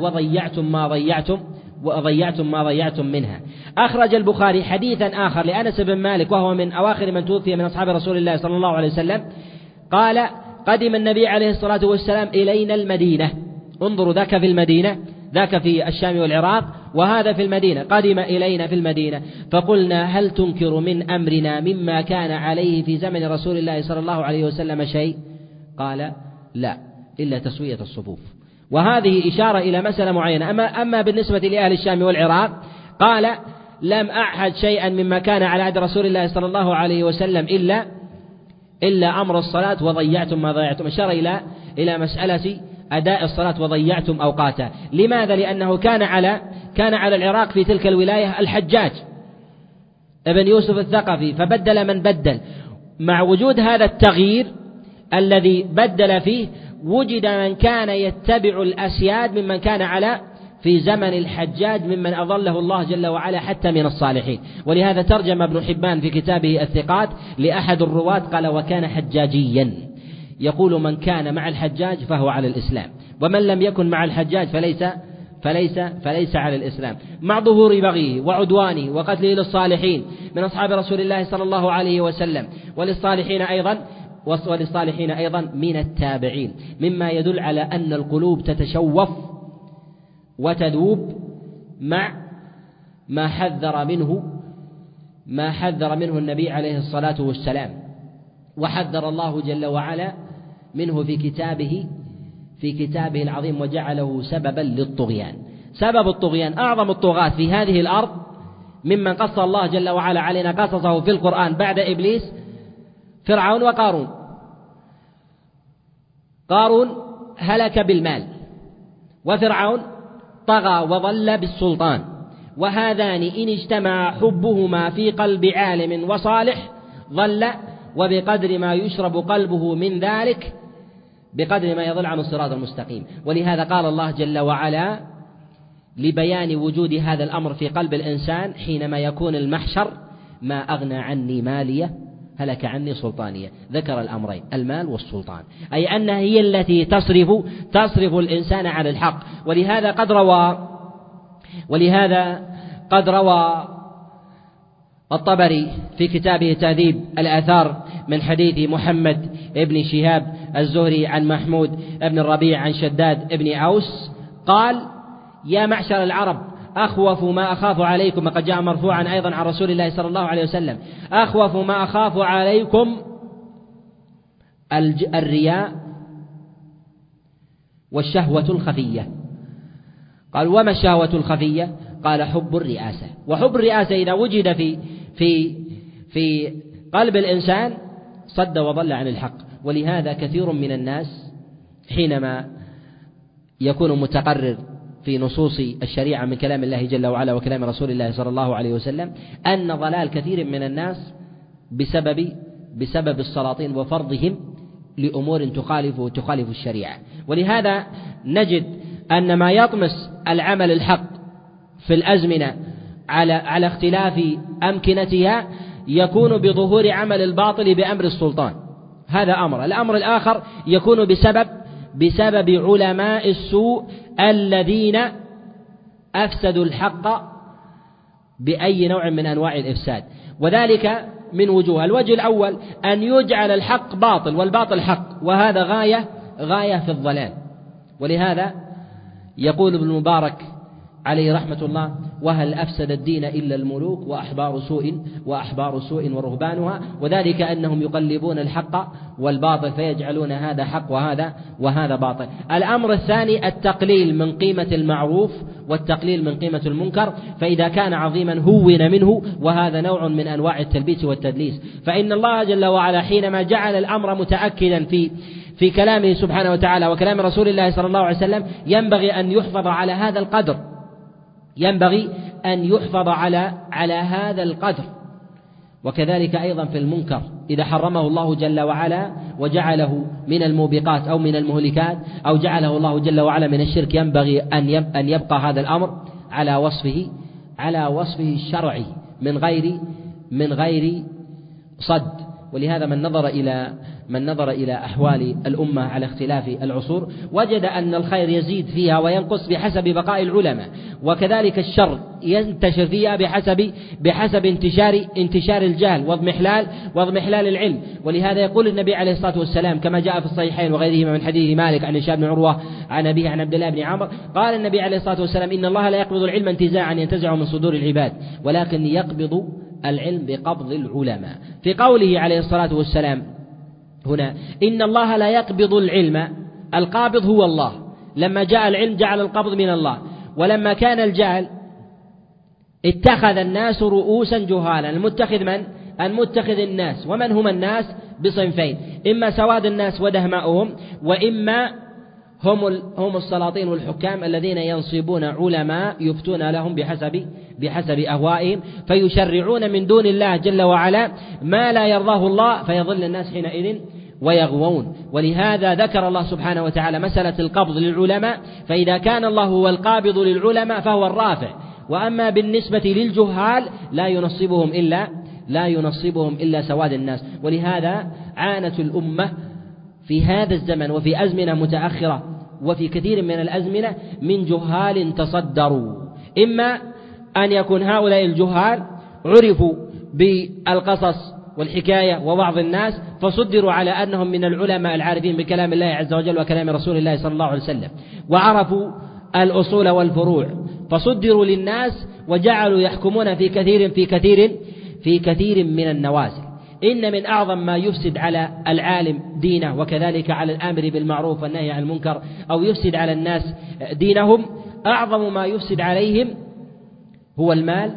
وضيعتم ما ضيعتم منها. أخرج البخاري حديثا آخر لأنس بن مالك وهو من أواخر من توفي من أصحاب رسول الله صلى الله عليه وسلم قال: قدم النبي عليه الصلاة والسلام إلينا المدينة. انظروا، ذاك في المدينة، ذاك في الشام والعراق، وهذا في المدينة. قدم إلينا في المدينة فقلنا: هل تنكر من أمرنا مما كان عليه في زمن رسول الله صلى الله عليه وسلم شيء؟ قال: لا، إلا تسوية الصفوف. وهذه إشارة إلى مسألة معينة. أما بالنسبة لأهل الشام والعراق قال: لم أعهد شيئا مما كان على عهد رسول الله صلى الله عليه وسلم إلا أمر الصلاة وضيعتم ما ضيعتم. أشار إلى مسألة أداء الصلاة وضيعتم أوقاتها. لماذا؟ لأنه كان على العراق في تلك الولاية الحجاج ابن يوسف الثقفي، فبدل من بدل. مع وجود هذا التغيير الذي بدل فيه، وجد من كان يتبع الأسياد ممن كان في زمن الحجاج ممن أظله الله جل وعلا حتى من الصالحين. ولهذا ترجم ابن حبان في كتابه الثقات لأحد الرواة قال: وكان حجاجيا، يقول: من كان مع الحجاج فهو على الإسلام، ومن لم يكن مع الحجاج فليس على الإسلام، مع ظهور بغيه وعدوانه وقتله للصالحين من أصحاب رسول الله صلى الله عليه وسلم، وللصالحين أيضا من التابعين، مما يدل على أن القلوب تتشوف وتذوب مع ما حذر منه النبي عليه الصلاة والسلام، وحذر الله جل وعلا منه في كتابه العظيم، وجعله سببا للطغيان. سبب الطغيان، أعظم الطغاة في هذه الأرض ممن قص الله جل وعلا علينا قصصه في القرآن بعد إبليس: فرعون وقارون. قارون هلك بالمال، وفرعون طغى وضل بالسلطان، وهذان إن اجتمع حبهما في قلب عالم وصالح ضل، وبقدر ما يشرب قلبه من ذلك بقدر ما يضل عن الصراط المستقيم. ولهذا قال الله جل وعلا لبيان وجود هذا الأمر في قلب الإنسان حينما يكون المحشر: ما أغنى عني مالية هلك عني سلطانية. ذكر الأمرين، المال والسلطان، أي أنها هي التي تصرف الإنسان على الحق. ولهذا قد روى الطبري في كتابه تهذيب الآثار من حديث محمد ابن شهاب الزهري عن محمود ابن الربيع عن شداد ابن أوس قال: يا معشر العرب، أخوف ما أخاف عليكم، وقد جاء مرفوعا أيضا عن رسول الله صلى الله عليه وسلم: أخوف ما أخاف عليكم الرياء والشهوة الخفية. قال: وما الشهوة الخفية؟ قال: حب الرئاسة. وحب الرئاسة إذا وجد في قلب الإنسان صد وضل عن الحق. ولهذا كثير من الناس حينما يكون متقرر في نصوص الشريعة من كلام الله جل وعلا وكلام رسول الله صلى الله عليه وسلم أن ضلال كثير من الناس بسبب السلاطين وفرضهم لأمور تخالف الشريعة. ولهذا نجد أن ما يطمس العمل الحق في الأزمنة على اختلاف أمكنتها يكون بظهور عمل الباطل بأمر السلطان. هذا أمر. الأمر الآخر يكون بسبب علماء السوء الذين أفسدوا الحق بأي نوع من أنواع الإفساد، وذلك من وجوه. الوجه الأول أن يجعل الحق باطل والباطل حق، وهذا غاية في الضلال. ولهذا يقول ابن المبارك عليه رحمة الله: وهل أفسد الدين إلا الملوك وأحبار سوء ورهبانها، وذلك أنهم يقلبون الحق والباطل فيجعلون هذا حق وهذا باطل. الأمر الثاني التقليل من قيمة المعروف والتقليل من قيمة المنكر، فإذا كان عظيما هون منه، وهذا نوع من أنواع التلبيس والتدليس. فإن الله جل وعلا حينما جعل الأمر متأكدا في كلامه سبحانه وتعالى وكلام رسول الله صلى الله عليه وسلم، ينبغي أن يحفظ على هذا القدر، على هذا القدر. وكذلك أيضا في المنكر إذا حرمه الله جل وعلا وجعله من الموبقات أو من المهلكات أو جعله الله جل وعلا من الشرك، ينبغي أن يبقى هذا الأمر على وصفه الشرعي من غير صد ولهذا من نظر إلى أحوال الأمة على اختلاف العصور وجد أن الخير يزيد فيها وينقص بحسب بقاء العلماء، وكذلك الشر ينتشر فيها بحسب انتشار الجهل واضمحلال العلم. ولهذا يقول النبي عليه الصلاة والسلام كما جاء في الصحيحين وغيرهما من حديث مالك عن هشام بن عروة عن أبيه عن عبد الله بن عمرو قال النبي عليه الصلاة والسلام: إن الله لا يقبض العلم انتزاعا ينتزعه من صدور العباد، ولكن يقبض العلم بقبض العلماء. في قوله عليه الصلاة والسلام هنا إن الله لا يقبض العلم، القابض هو الله، لما جاء العلم جعل القبض من الله، ولما كان الجهل اتخذ الناس رؤوسا جهالا. المتخذ الناس، ومن هم الناس؟ بصنفين: إما سواد الناس ودهماؤهم، وإما هم السلاطين والحكام الذين ينصبون علماء يفتون لهم بحسب أهوائهم، فيشرعون من دون الله جل وعلا ما لا يرضاه الله، فيضل الناس حينئذ ويغوون. ولهذا ذكر الله سبحانه وتعالى مسألة القبض للعلماء، فإذا كان الله هو القابض للعلماء فهو الرافع، وأما بالنسبة للجهال لا ينصبهم إلا سواد الناس. ولهذا عانت الأمة في هذا الزمن وفي أزمنة متأخرة وفي كثير من الأزمنة من جهال تصدروا، إما أن يكون هؤلاء الجهال عرفوا بالقصص والحكاية ووعظ الناس فصدروا على أنهم من العلماء العارفين بكلام الله عز وجل وكلام رسول الله صلى الله عليه وسلم، وعرفوا الأصول والفروع فصدروا للناس وجعلوا يحكمون في كثير من النوازل. إن من أعظم ما يفسد على العالم دينه وكذلك على الآمر بالمعروف والنهي عن المنكر، أو يفسد على الناس دينهم، أعظم ما يفسد عليهم هو المال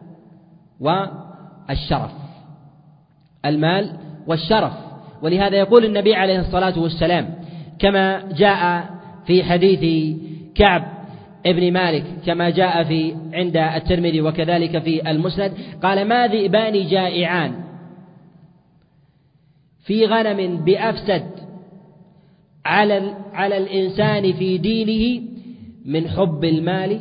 والشرف. ولهذا يقول النبي عليه الصلاة والسلام كما جاء في حديث كعب ابن مالك كما جاء عند الترمذي وكذلك في المسند، قال: ما ذئبان جائعان في غنم بأفسد على الإنسان في دينه من حب المال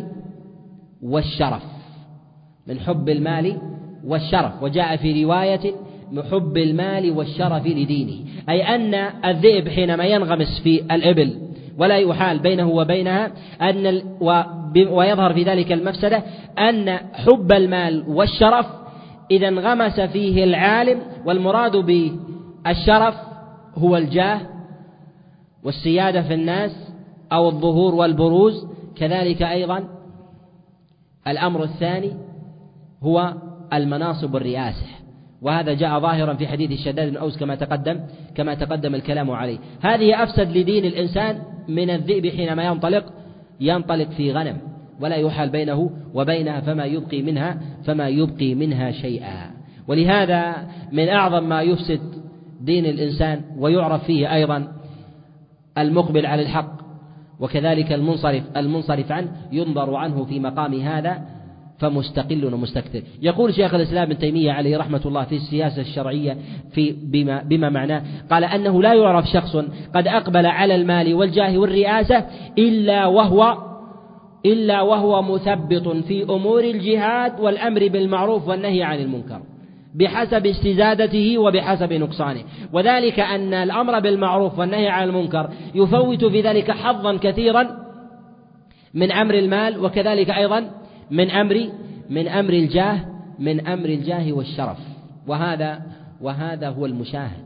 والشرف. وجاء في رواية من حب المال والشرف لدينه، أي أن الذئب حينما ينغمس في الإبل ولا يحال بينه وبينها ويظهر في ذلك المفسدة أن حب المال والشرف إذا انغمس فيه العالم، والمراد بالشرف هو الجاه والسيادة في الناس أو الظهور والبروز، كذلك أيضا الأمر الثاني هو المناصب والرئاسة، وهذا جاء ظاهرا في حديث الشداد بن أوس كما تقدم الكلام عليه. هذه أفسد لدين الإنسان من الذئب حينما ينطلق في غنم ولا يحال بينه وبينها فما يبقي منها شيئا. ولهذا من أعظم ما يفسد دين الإنسان ويعرف فيه أيضا المقبل على الحق وكذلك المنصرف عنه، ينظر عنه في مقام هذا فمستقل ومستكثر. يقول شيخ الإسلام ابن تيمية عليه رحمة الله في السياسة الشرعية بما معناه، قال: أنه لا يعرف شخص قد أقبل على المال والجاه والرئاسة إلا وهو مثبط في أمور الجهاد والأمر بالمعروف والنهي عن المنكر بحسب استزادته وبحسب نقصانه، وذلك أن الأمر بالمعروف والنهي عن المنكر يفوت في ذلك حظا كثيرا من أمر المال، وكذلك أيضا من أمر الجاه والشرف. وهذا هو المشاهد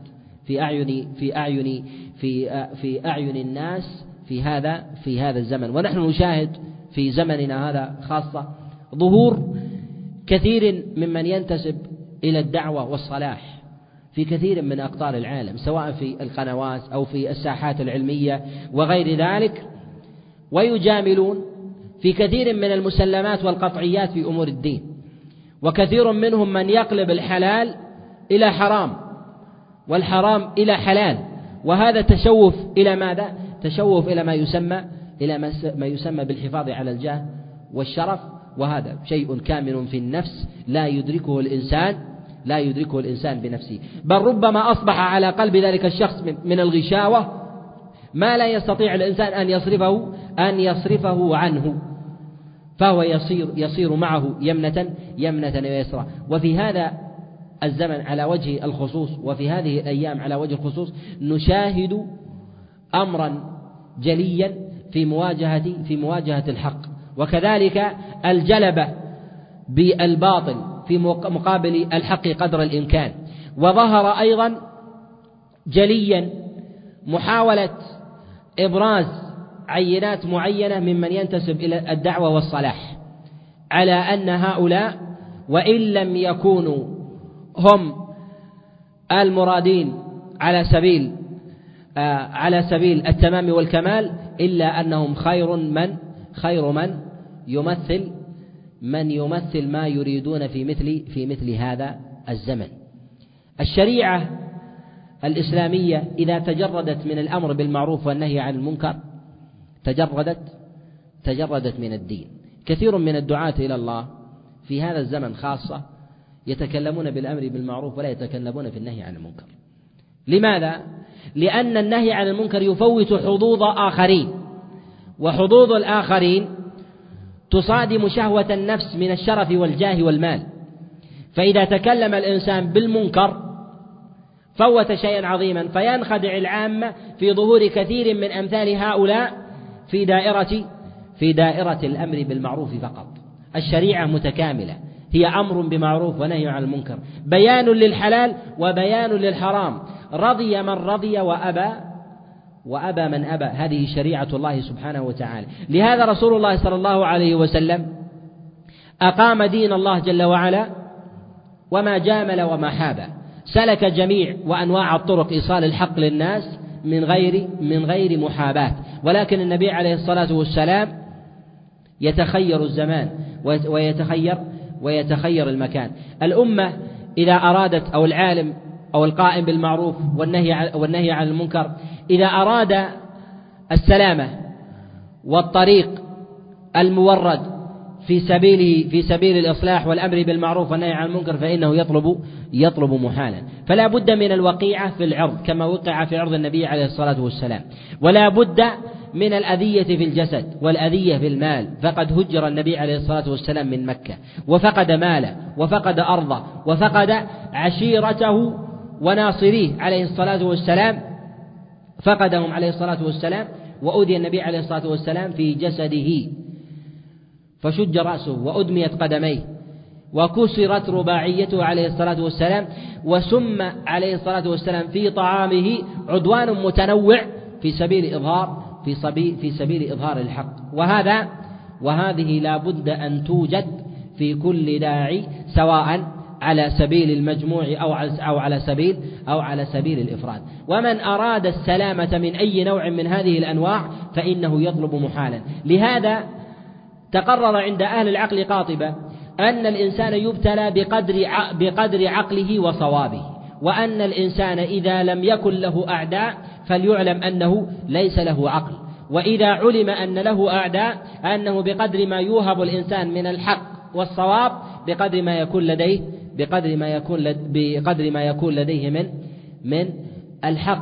في أعين الناس في هذا الزمن. ونحن نشاهد في زمننا هذا خاصة ظهور كثير ممن ينتسب إلى الدعوة والصلاح في كثير من أقطار العالم، سواء في القنوات أو في الساحات العلمية وغير ذلك، ويجاملون في كثير من المسلمات والقطعيات في أمور الدين، وكثير منهم من يقلب الحلال إلى حرام والحرام إلى حلال، وهذا تشوف إلى ماذا؟ تشوف إلى ما يسمى بالحفاظ على الجاه والشرف، وهذا شيء كامن في النفس لا يدركه الإنسان بنفسه، بل ربما أصبح على قلب ذلك الشخص من الغشاوة ما لا يستطيع الإنسان أن يصرفه عنه، فهو يصير معه يمنة ويسرى. وفي هذا الزمن على وجه الخصوص، وفي هذه الأيام على وجه الخصوص، نشاهد أمرا جليا في مواجهة الحق، وكذلك الجلبة بالباطل في مقابل الحق قدر الإمكان. وظهر أيضا جليا محاولة إبراز عينات معينة ممن ينتسب إلى الدعوة والصلاح، على أن هؤلاء وإن لم يكونوا هم المرادين على سبيل التمام والكمال، إلا أنهم خير من يمثل ما يريدون في مثل هذا الزمن. الشريعة الإسلامية إذا تجردت من الأمر بالمعروف والنهي عن المنكر تجردت من الدين. كثير من الدعاة إلى الله في هذا الزمن خاصة يتكلمون بالأمر بالمعروف ولا يتكلمون في النهي عن المنكر. لماذا؟ لأن النهي عن المنكر يفوت حظوظ آخرين، وحظوظ الآخرين تصادم شهوة النفس من الشرف والجاه والمال. فإذا تكلم الإنسان بالمنكر فوت شيئا عظيما، فينخدع العامة في ظهور كثير من أمثال هؤلاء في دائرة الأمر بالمعروف فقط. الشريعة متكاملة، هي أمر بمعروف ونهي عن المنكر، بيان للحلال وبيان للحرام، رضي من رضي وأبى من أبى. هذه شريعة الله سبحانه وتعالى. لهذا رسول الله صلى الله عليه وسلم أقام دين الله جل وعلا وما جامل وما حاب، سلك جميع وأنواع الطرق إيصال الحق للناس من غير محاباة. ولكن النبي عليه الصلاة والسلام يتخير الزمان ويتخير المكان. الأمة إذا أرادت، أو العالم أو القائم بالمعروف والنهي عن المنكر، إذا أراد السلامة والطريق المورد في سبيل الإصلاح والأمر بالمعروف والنهي عن المنكر، فإنه يطلب محالا. فلا بد من الوقيعة في العرض كما وقع في عرض النبي عليه الصلاة والسلام، ولا بد من الأذية في الجسد والأذية في المال. فقد هجر النبي عليه الصلاة والسلام من مكة، وفقد ماله وفقد أرضه وفقد عشيرته وناصريه عليه الصلاة والسلام، فقدهم عليه الصلاة والسلام. وأذي النبي عليه الصلاة والسلام في جسده، فشج رأسه وأدميت قدميه وكسرت رباعيته عليه الصلاة والسلام، وسم عليه الصلاة والسلام في طعامه عدوان متنوع في سبيل إظهار الحق. وهذه لا بد أن توجد في كل داعي، سواء على سبيل المجموع أو على سبيل الإفراد. ومن أراد السلامة من أي نوع من هذه الأنواع فإنه يطلب محالا. لهذا تقرر عند أهل العقل قاطبة أن الإنسان يبتلى بقدر عقله وصوابه، وأن الإنسان إذا لم يكن له أعداء فليعلم أنه ليس له عقل، وإذا علم أن له أعداء أنه بقدر ما يوهب الإنسان من الحق والصواب بقدر ما يكون لديه من الحق.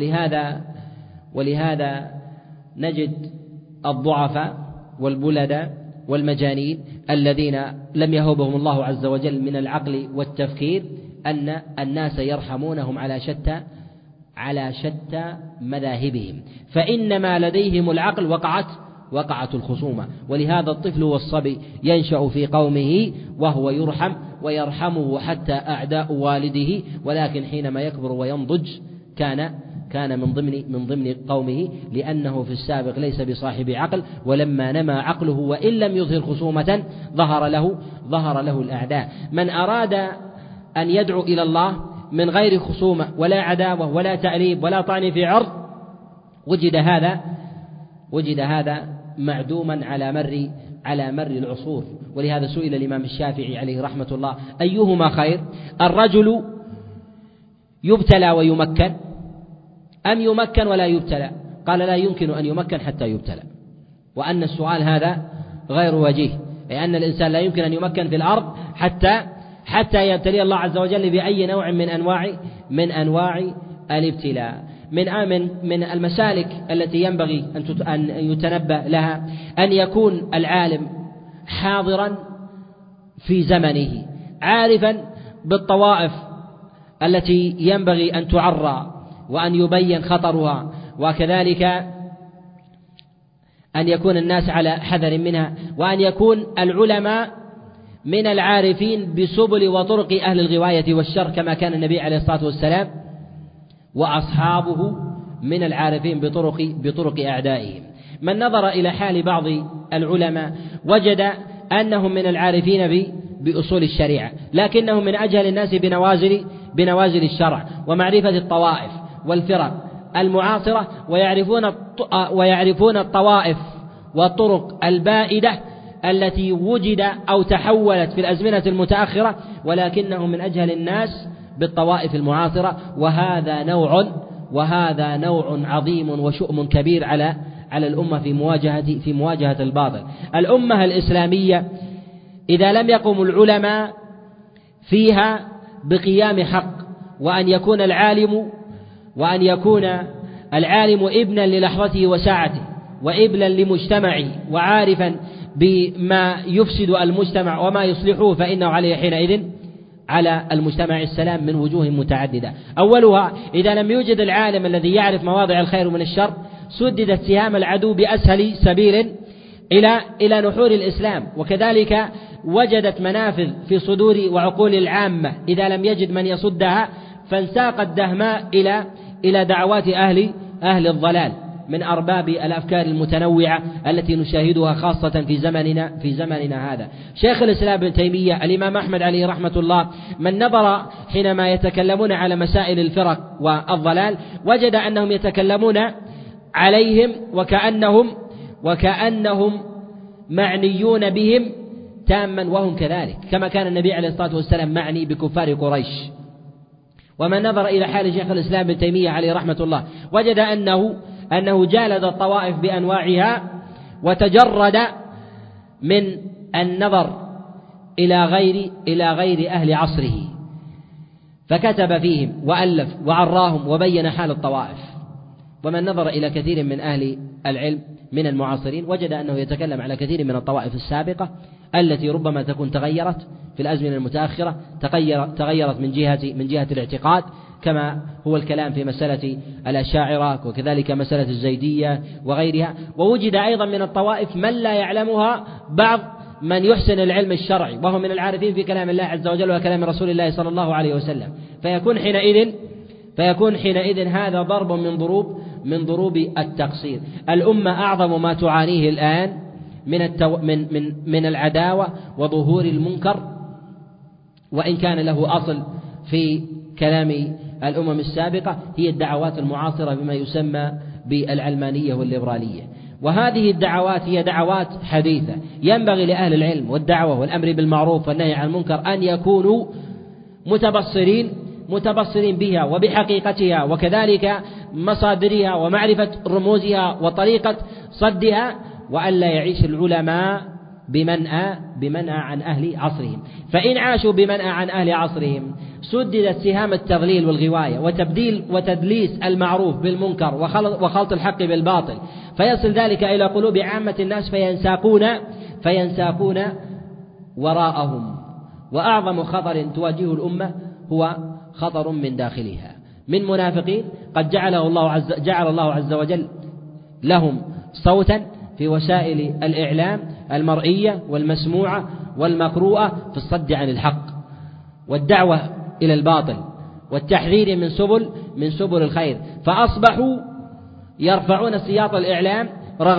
ولهذا نجد الضعفاء والبلداء والمجانين الذين لم يهبهم الله عز وجل من العقل والتفكير أن الناس يرحمونهم على شتى مذاهبهم، فإنما لديهم العقل وقعت الخصومة. ولهذا الطفل والصبي ينشأ في قومه وهو يرحم ويرحمه حتى أعداء والده، ولكن حينما يكبر وينضج كان من ضمن قومه، لأنه في السابق ليس بصاحب عقل، ولما نمى عقله وإن لم يظهر خصومة ظهر له الأعداء. من أراد أن يدعو إلى الله من غير خصومة ولا عداوة ولا تأليب ولا طعن في عرض وجد هذا معدوما على مر العصور. ولهذا سئل الإمام الشافعي عليه رحمة الله: أيهما خير، الرجل يبتلى ويمكن أم يمكن ولا يبتلى؟ قال: لا يمكن أن يمكن حتى يبتلى. وأن السؤال هذا غير وجيه، أي أن الإنسان لا يمكن أن يمكن في الأرض حتى يبتلي الله عز وجل بأي نوع من أنواع الابتلاء. من المسالك التي ينبغي أن يتنبه لها أن يكون العالم حاضرا في زمنه، عارفا بالطوائف التي ينبغي أن تعرى وأن يبين خطرها، وكذلك أن يكون الناس على حذر منها، وأن يكون العلماء من العارفين بسبل وطرق أهل الغواية والشر كما كان النبي عليه الصلاة والسلام، وأصحابه من العارفين بطرق أعدائهم. من نظر إلى حال بعض العلماء وجد أنهم من العارفين بأصول الشريعة، لكنهم من أجهل الناس بنوازل الشرع ومعرفة الطوائف والفرق المعاصرة، ويعرفون الطوائف والطرق البائدة التي وجد أو تحولت في الأزمنة المتأخرة، ولكنهم من أجهل الناس بالطوائف المعاصرة، وهذا نوع عظيم وشؤم كبير على الأمة في مواجهة الباطل. الأمة الإسلامية إذا لم يقم العلماء فيها بقيام حق، وأن يكون العالم ابنا للحظته وساعته وابنا لمجتمعه وعارفا بما يفسد المجتمع وما يصلحه، فإنه عليه حينئذ على المجتمع السلام من وجوه متعددة. أولها إذا لم يوجد العالم الذي يعرف مواضع الخير من الشر، سددت سهام العدو بأسهل سبيل إلى نحور الإسلام، وكذلك وجدت منافذ في صدور وعقول العامة إذا لم يجد من يصدها، فانساقت دهماء إلى دعوات أهل الضلال من أرباب الأفكار المتنوعة التي نشاهدها خاصة في زمننا هذا. شيخ الإسلام ابن تيمية، الإمام أحمد عليه رحمة الله، من نظر حينما يتكلمون على مسائل الفرق والضلال وجد أنهم يتكلمون عليهم وكأنهم معنيون بهم تاما، وهم كذلك، كما كان النبي عليه الصلاة والسلام معني بكفار قريش. ومن نظر إلى حال شيخ الإسلام ابن تيمية عليه رحمة الله وجد أنه جالد الطوائف بأنواعها، وتجرد من النظر إلى غير أهل عصره، فكتب فيهم وألف وعراهم وبين حال الطوائف. ومن نظر إلى كثير من أهل العلم من المعاصرين وجد أنه يتكلم على كثير من الطوائف السابقة التي ربما تكون تغيرت في الأزمنة المتأخرة، تغيرت من جهة الاعتقاد، كما هو الكلام في مسألة الأشاعرة وكذلك مسألة الزيدية وغيرها. ووجد أيضا من الطوائف من لا يعلمها بعض من يحسن العلم الشرعي وهو من العارفين في كلام الله عز وجل وكلام رسول الله صلى الله عليه وسلم، فيكون حينئذ هذا ضرب من ضروب التقصير. الأمة أعظم ما تعانيه الآن من العداوة وظهور المنكر، وإن كان له أصل في كلام الأمم السابقة، هي الدعوات المعاصرة بما يسمى بالعلمانية والليبرالية. وهذه الدعوات هي دعوات حديثة، ينبغي لأهل العلم والدعوة والأمر بالمعروف والنهي عن المنكر أن يكونوا متبصرين بها وبحقيقتها وكذلك مصادرها ومعرفة رموزها وطريقة صدها، وألا يعيش العلماء بمنأى عن أهل عصرهم. فإن عاشوا بمنأى عن أهل عصرهم سددت سهام التضليل والغواية وتدليس المعروف بالمنكر وخلط الحق بالباطل، فيصل ذلك إلى قلوب عامة الناس فينساقون وراءهم. وأعظم خطر تواجهه الأمة هو خطر من داخلها، من منافقين قد جعل الله عز وجل لهم صوتا في وسائل الإعلام المرئية والمسموعة والمقروءة في الصد عن الحق والدعوة إلى الباطل والتحذير من سبل الخير، فأصبحوا يرفعون سياط الإعلام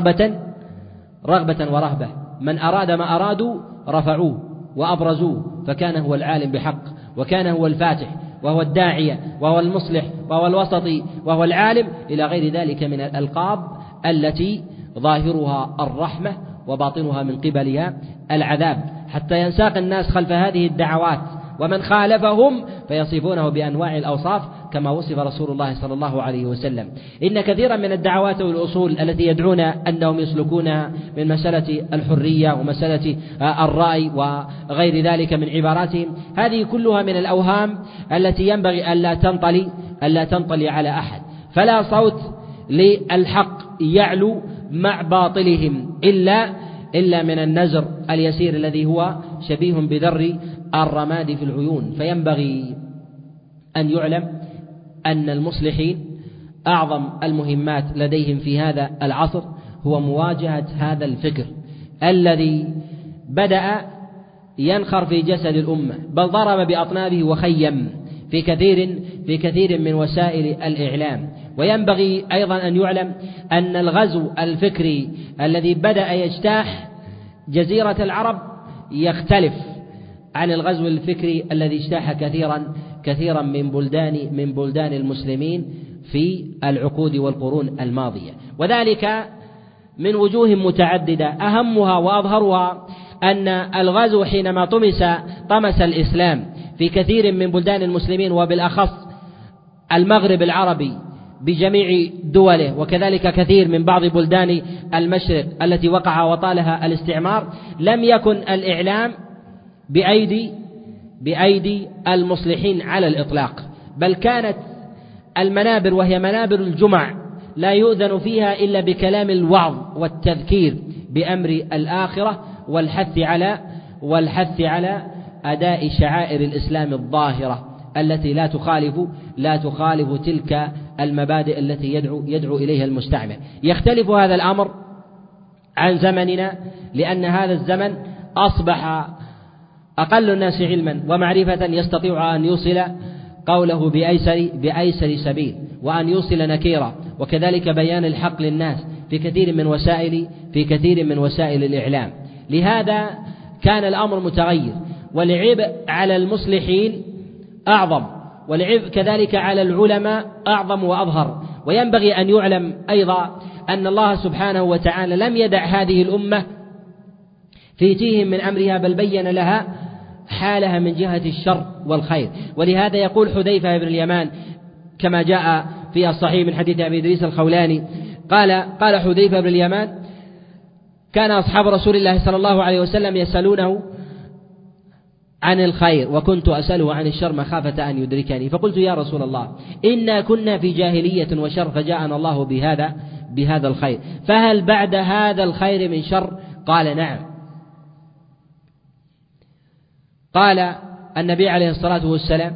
رغبة ورهبة. من أراد ما أرادوا رفعوه وأبرزوه، فكان هو العالم بحق، وكان هو الفاتح، وهو الداعية، وهو المصلح، وهو الوسطي، وهو العالم، إلى غير ذلك من الألقاب التي ظاهرها الرحمة وباطنها من قبلها العذاب، حتى ينساق الناس خلف هذه الدعوات، ومن خالفهم فيصفونه بأنواع الأوصاف كما وصف رسول الله صلى الله عليه وسلم. إن كثيرا من الدعوات والأصول التي يدعون أنهم يسلكونها من مسألة الحرية ومسألة الرأي وغير ذلك من عباراتهم، هذه كلها من الأوهام التي ينبغي ألا تنطلي على أحد. فلا صوت للحق يعلو مع باطلهم إلا من النزر اليسير الذي هو شبيه بذر الرماد في العيون. فينبغي أن يعلم أن المصلحين أعظم المهمات لديهم في هذا العصر هو مواجهة هذا الفكر الذي بدأ ينخر في جسد الأمة، بل ضرب بأطنابه وخيم في كثير من وسائل الإعلام. وينبغي أيضا أن يعلم أن الغزو الفكري الذي بدأ يجتاح جزيرة العرب يختلف عن الغزو الفكري الذي اجتاح كثيرا من بلدان المسلمين في العقود والقرون الماضية، وذلك من وجوه متعددة. أهمها وأظهرها أن الغزو حينما طمس الإسلام في كثير من بلدان المسلمين، وبالأخص المغرب العربي بجميع دوله، وكذلك كثير من بعض بلدان المشرق التي وقع وطالها الاستعمار، لم يكن الإعلام بأيدي المصلحين على الإطلاق، بل كانت المنابر وهي منابر الجمع لا يؤذن فيها إلا بكلام الوعظ والتذكير بأمر الآخرة والحث على أداء شعائر الإسلام الظاهرة التي لا تخالف تلك المبادئ التي يدعو إليها المستعمر. يختلف هذا الأمر عن زمننا، لأن هذا الزمن أصبح أقل الناس علما ومعرفة يستطيع أن يوصل قوله بأيسر سبيل، وأن يوصل نكيرا، وكذلك بيان الحق للناس في كثير من وسائل الإعلام. لهذا كان الأمر متغير، والعبء على المصلحين أعظم، والعبء كذلك على العلماء أعظم وأظهر. وينبغي أن يعلم أيضا أن الله سبحانه وتعالى لم يدع هذه الأمة في تيه من أمرها، بل بين لها حالها من جهة الشر والخير. ولهذا يقول حذيفة بن اليمان كما جاء في الصحيح من حديث أبي إدريس الخولاني قال حذيفة بن اليمان: كان أصحاب رسول الله صلى الله عليه وسلم يسألونه عن الخير، وكنت أسأله عن الشر مخافة أن يدركني، فقلت: يا رسول الله، إنا كنا في جاهلية وشر، فجاءنا الله بهذا الخير، فهل بعد هذا الخير من شر؟ قال: نعم. قال النبي عليه الصلاة والسلام: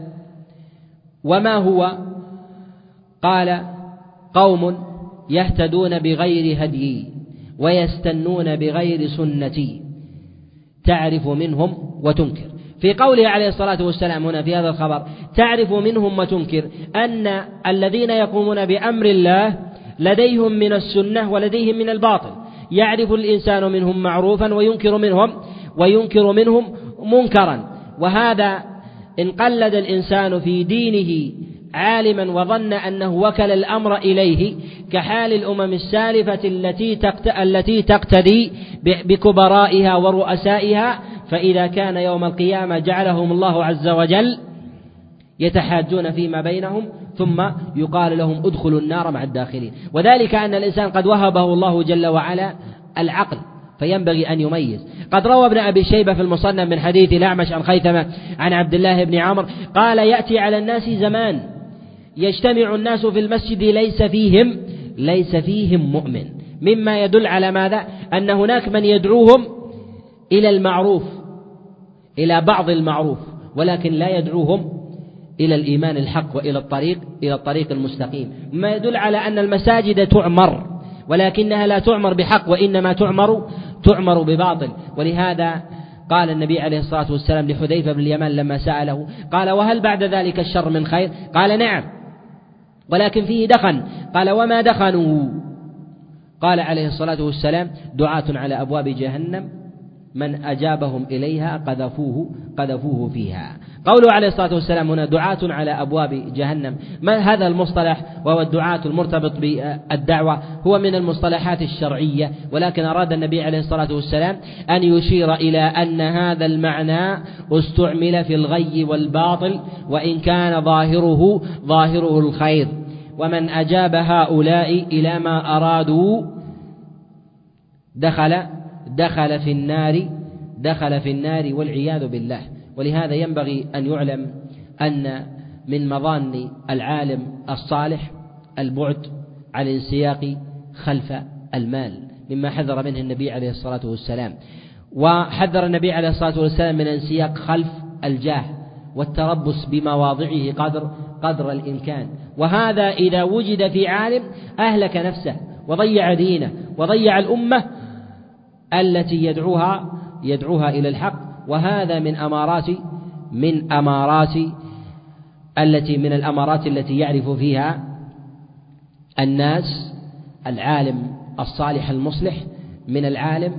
وما هو؟ قال: قوم يهتدون بغير هدي ويستنون بغير سنتي، تعرف منهم وتنكر. في قوله عليه الصلاة والسلام هنا في هذا الخبر تعرف منهم وتنكر، أن الذين يقومون بأمر الله لديهم من السنة ولديهم من الباطل، يعرف الإنسان منهم معروفا وينكر منهم منكرا. وهذا إن قلد الإنسان في دينه عالما وظن أنه وكل الأمر إليه، كحال الأمم السالفة التي تقتدي بكبرائها ورؤسائها، فإذا كان يوم القيامة جعلهم الله عز وجل يتحاجون فيما بينهم، ثم يقال لهم ادخلوا النار مع الداخلين. وذلك أن الإنسان قد وهبه الله جل وعلا العقل، فينبغي أن يميز. قد روى ابن أبي شيبة في المصنف من حديث الأعمش عن خيثمة عن عبد الله بن عمرو قال: يأتي على الناس زمان يجتمع الناس في المسجد ليس فيهم مؤمن، مما يدل على ماذا؟ أن هناك من يدعوهم إلى المعروف، إلى بعض المعروف، ولكن لا يدعوهم إلى الإيمان الحق وإلى الطريق المستقيم، ما يدل على أن المساجد تعمر، ولكنها لا تعمر بحق، وإنما تعمر بباطل. ولهذا قال النبي عليه الصلاة والسلام لحذيفة بن اليمان لما سأله قال: وهل بعد ذلك الشر من خير؟ قال: نعم، ولكن فيه دخن. قال: وما دخنوا؟ قال عليه الصلاة والسلام: دعاة على أبواب جهنم من أجابهم إليها قذفوه فيها. قوله عليه الصلاة والسلام هنا دعاة على أبواب جهنم، ما هذا المصطلح؟ وهو الدعاة المرتبط بالدعوة، هو من المصطلحات الشرعية، ولكن أراد النبي عليه الصلاة والسلام أن يشير إلى أن هذا المعنى استعمل في الغي والباطل، وإن كان ظاهره الخير. ومن أجاب هؤلاء إلى ما أرادوا دخل في النار والعياذ بالله. ولهذا ينبغي أن يعلم أن من مظان العالم الصالح البعد عن الانسياق خلف المال، مما حذر منه النبي عليه الصلاة والسلام. وحذر النبي عليه الصلاة والسلام من الانسياق خلف الجاه والتربص بمواضعه قدر الإمكان. وهذا إذا وجد في عالم أهلك نفسه وضيع دينه وضيع الأمة التي يدعوها إلى الحق. وهذا من الأمارات التي يعرف فيها الناس العالم الصالح المصلح من العالم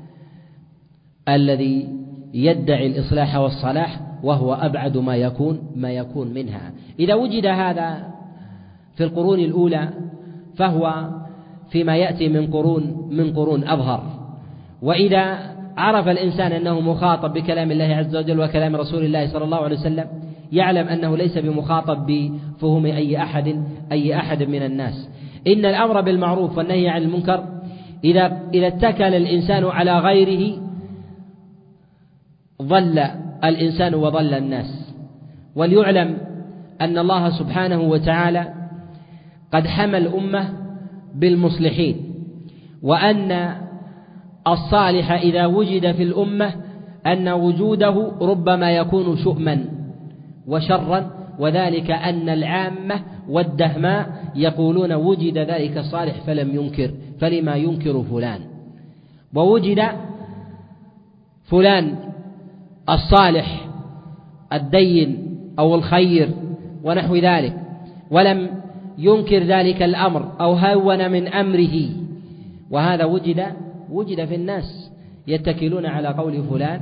الذي يدعي الإصلاح والصلاح وهو أبعد ما يكون منها. إذا وجد هذا في القرون الأولى فهو فيما يأتي من قرون أظهر. وإذا عرف الإنسان أنه مخاطب بكلام الله عز وجل وكلام رسول الله صلى الله عليه وسلم يعلم أنه ليس بمخاطب بفهم أي أحد من الناس. إن الأمر بالمعروف والنهي عن المنكر إذا اتكل الإنسان على غيره ضل الإنسان وضل الناس. وليعلم أن الله سبحانه وتعالى قد حمى الأمة بالمصلحين، وأن الصالح إذا وجد في الأمة أن وجوده ربما يكون شؤما وشرا، وذلك أن العامة والدهماء يقولون وجد ذلك الصالح فلم ينكر فلما ينكر فلان، ووجد فلان الصالح الدين أو الخير ونحو ذلك ولم ينكر ذلك الأمر أو هون من أمره، وهذا وجد في الناس يتكلون على قول فلان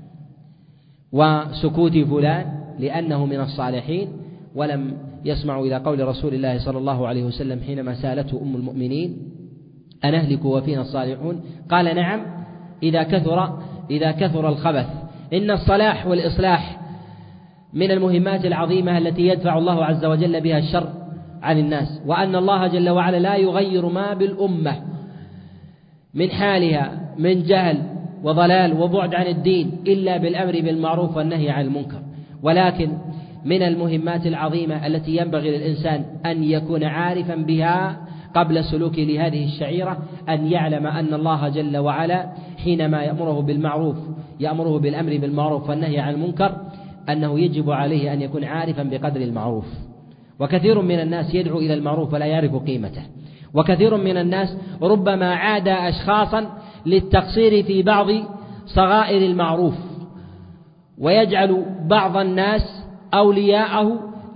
وسكوت فلان لأنه من الصالحين، ولم يسمعوا إلى قول رسول الله صلى الله عليه وسلم حينما سألته أم المؤمنين أنهلك وفينا الصالحون؟ قال نعم إذا كثر الخبث. إن الصلاح والإصلاح من المهمات العظيمة التي يدفع الله عز وجل بها الشر عن الناس، وأن الله جل وعلا لا يغير ما بالأمة من حالها من جهل وضلال وبعد عن الدين إلا بالأمر بالمعروف والنهي عن المنكر. ولكن من المهمات العظيمة التي ينبغي للإنسان أن يكون عارفا بها قبل سلوكه لهذه الشعيرة أن يعلم أن الله جل وعلا حينما يأمره بالأمر بالمعروف والنهي عن المنكر أنه يجب عليه أن يكون عارفا بقدر المعروف. وكثير من الناس يدعو إلى المعروف ولا يعرف قيمته، وكثير من الناس ربما عادى أشخاصا للتقصير في بعض صغائر المعروف، ويجعل بعض الناس أولياءه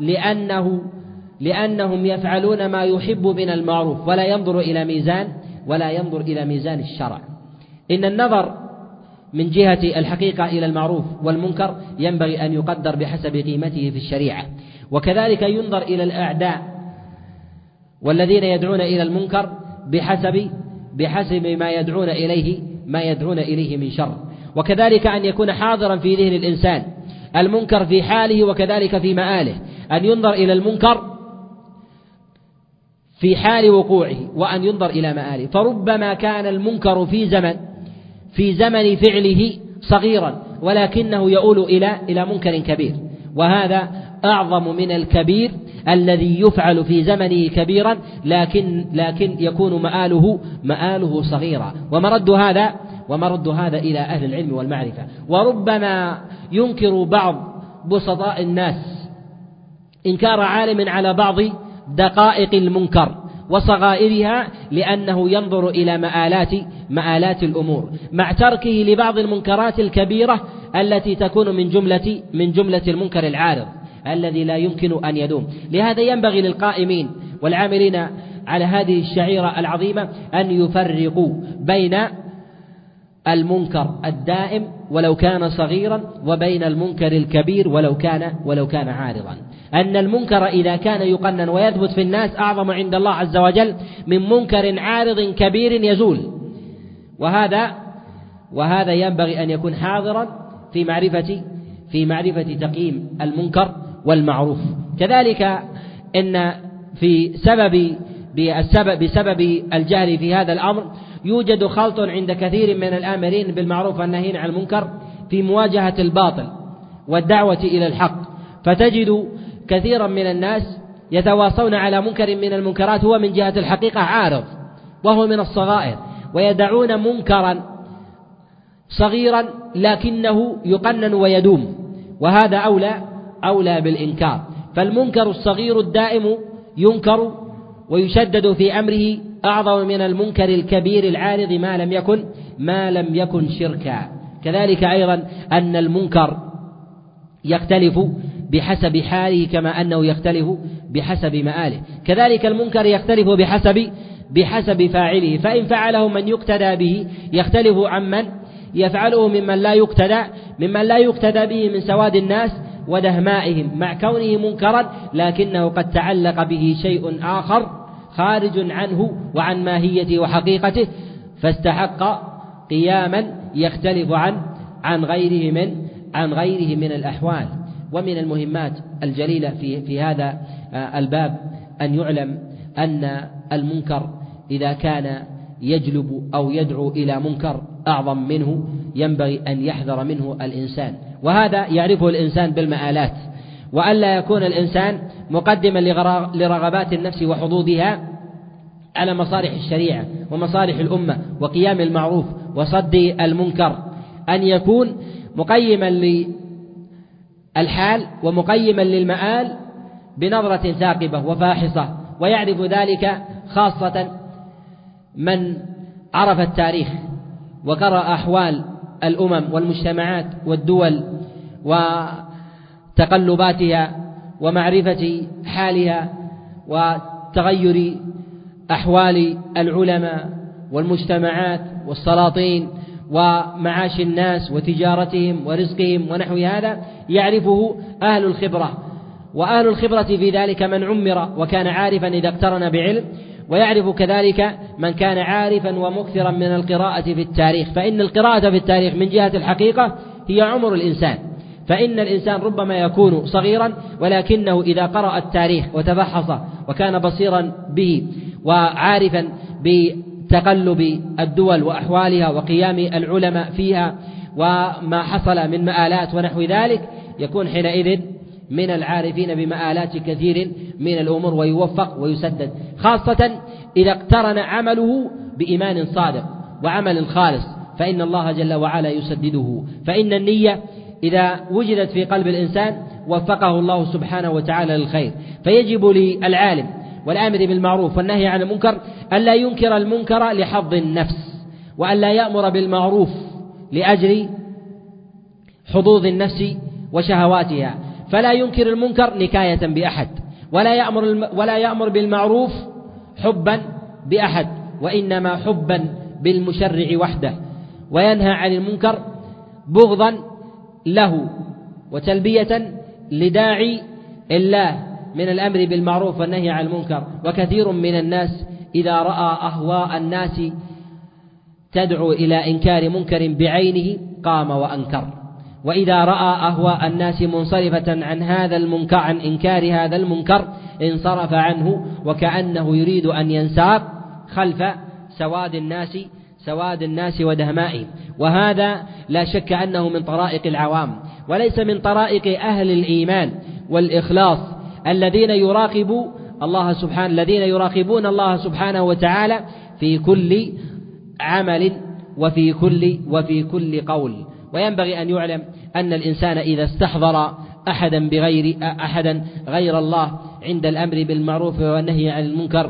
لأنهم يفعلون ما يحب من المعروف ولا ينظر إلى ميزان الشرع. إن النظر من جهة الحقيقة إلى المعروف والمنكر ينبغي أن يقدر بحسب قيمته في الشريعة، وكذلك ينظر إلى الأعداء والذين يدعون إلى المنكر بحسب ما يدعون إليه من شر. وكذلك أن يكون حاضرا في ذهن الإنسان المنكر في حاله وكذلك في مآله، أن ينظر إلى المنكر في حال وقوعه وأن ينظر إلى مآله. فربما كان المنكر في زمن فعله صغيرا ولكنه يؤول إلى منكر كبير، وهذا أعظم من الكبير الذي يفعل في زمنه كبيرا لكن يكون مآله صغيرا. ومرد هذا إلى أهل العلم والمعرفة. وربما ينكر بعض بسطاء الناس إنكار عالم على بعض دقائق المنكر وصغائرها لأنه ينظر إلى مآلات الأمور مع تركه لبعض المنكرات الكبيرة التي تكون من جملة المنكر العارض الذي لا يمكن أن يدوم. لهذا ينبغي للقائمين والعاملين على هذه الشعيرة العظيمة أن يفرقوا بين المنكر الدائم ولو كان صغيرا وبين المنكر الكبير ولو كان عارضا. أن المنكر إذا كان يقنن ويثبت في الناس أعظم عند الله عز وجل من منكر عارض كبير يزول، وهذا ينبغي أن يكون حاضرا في معرفة تقييم المنكر والمعروف. كذلك إن بسبب الجهل في هذا الأمر يوجد خلط عند كثير من الآمرين بالمعروف والناهين عن المنكر في مواجهة الباطل والدعوة إلى الحق، فتجد كثيرا من الناس يتواصون على منكر من المنكرات هو من جهة الحقيقة عارض وهو من الصغائر، ويدعون منكرا صغيرا لكنه يقنن ويدوم، وهذا أولى بالإنكار. فالمنكر الصغير الدائم ينكر ويشدد في أمره أعظم من المنكر الكبير العارض ما لم يكن شركا. كذلك أيضا أن المنكر يختلف بحسب حاله كما أنه يختلف بحسب مآله، كذلك المنكر يختلف بحسب فاعله، فإن فعله من يقتدى به يختلف عمن يفعله ممن لا يقتدى به من سواد الناس ودهمائهم، مع كونه منكرا لكنه قد تعلق به شيء آخر خارج عنه وعن ماهيته وحقيقته، فاستحق قياما يختلف عن غيره من الأحوال. ومن المهمات الجليلة في هذا الباب أن يعلم أن المنكر إذا كان يجلب أو يدعو إلى منكر أعظم منه ينبغي أن يحذر منه الإنسان، وهذا يعرفه الإنسان بالمآلات، وألا يكون الإنسان مقدما لرغبات النفس وحظوظها على مصالح الشريعة ومصالح الأمة وقيام المعروف وصد المنكر، أن يكون مقيما للحال ومقيما للمآل بنظرة ثاقبة وفاحصة، ويعرف ذلك خاصة من عرف التاريخ وقرأ أحوال الأمم والمجتمعات والدول وتقلباتها ومعرفة حالها وتغير أحوال العلماء والمجتمعات والسلاطين ومعاش الناس وتجارتهم ورزقهم ونحو هذا، يعرفه أهل الخبرة، وأهل الخبرة في ذلك من عمر وكان عارفا إذا اقترن بعلم، ويعرف كذلك من كان عارفا ومكثرا من القراءة في التاريخ، فإن القراءة في التاريخ من جهة الحقيقة هي عمر الإنسان، فإن الإنسان ربما يكون صغيرا ولكنه إذا قرأ التاريخ وتفحص وكان بصيرا به وعارفا بتقلب الدول وأحوالها وقيام العلماء فيها وما حصل من مآلات ونحو ذلك، يكون حينئذ من العارفين بمآلات كثير من الأمور ويوفق ويسدد، خاصة إذا اقترن عمله بإيمان صادق وعمل خالص، فإن الله جل وعلا يسدده. فإن النية إذا وجدت في قلب الإنسان وفقه الله سبحانه وتعالى للخير، فيجب للعالم والآمر بالمعروف والنهي عن المنكر ألا ينكر المنكر لحظ النفس، وألا يأمر بالمعروف لأجل حظوظ النفس وشهواتها، فلا ينكر المنكر نكاية بأحد، ولا يأمر بالمعروف حبا بأحد، وإنما حبا بالمشرع وحده، وينهى عن المنكر بغضا له وتلبية لداعي الله من الأمر بالمعروف والنهي عن المنكر. وكثير من الناس إذا رأى أهواء الناس تدعو إلى إنكار منكر بعينه قام وأنكر، وإذا رأى أهواء الناس منصرفة عن إنكار هذا المنكر انصرف عنه، وكأنه يريد أن ينساق خلف سواد الناس ودهمائهم. وهذا لا شك أنه من طرائق العوام، وليس من طرائق أهل الإيمان والإخلاص الذين يراقبون الله سبحانه وتعالى في كل عمل وفي كل قول. وينبغي أن يعلم أن الإنسان إذا استحضر أحدا غير الله عند الأمر بالمعروف والنهي عن المنكر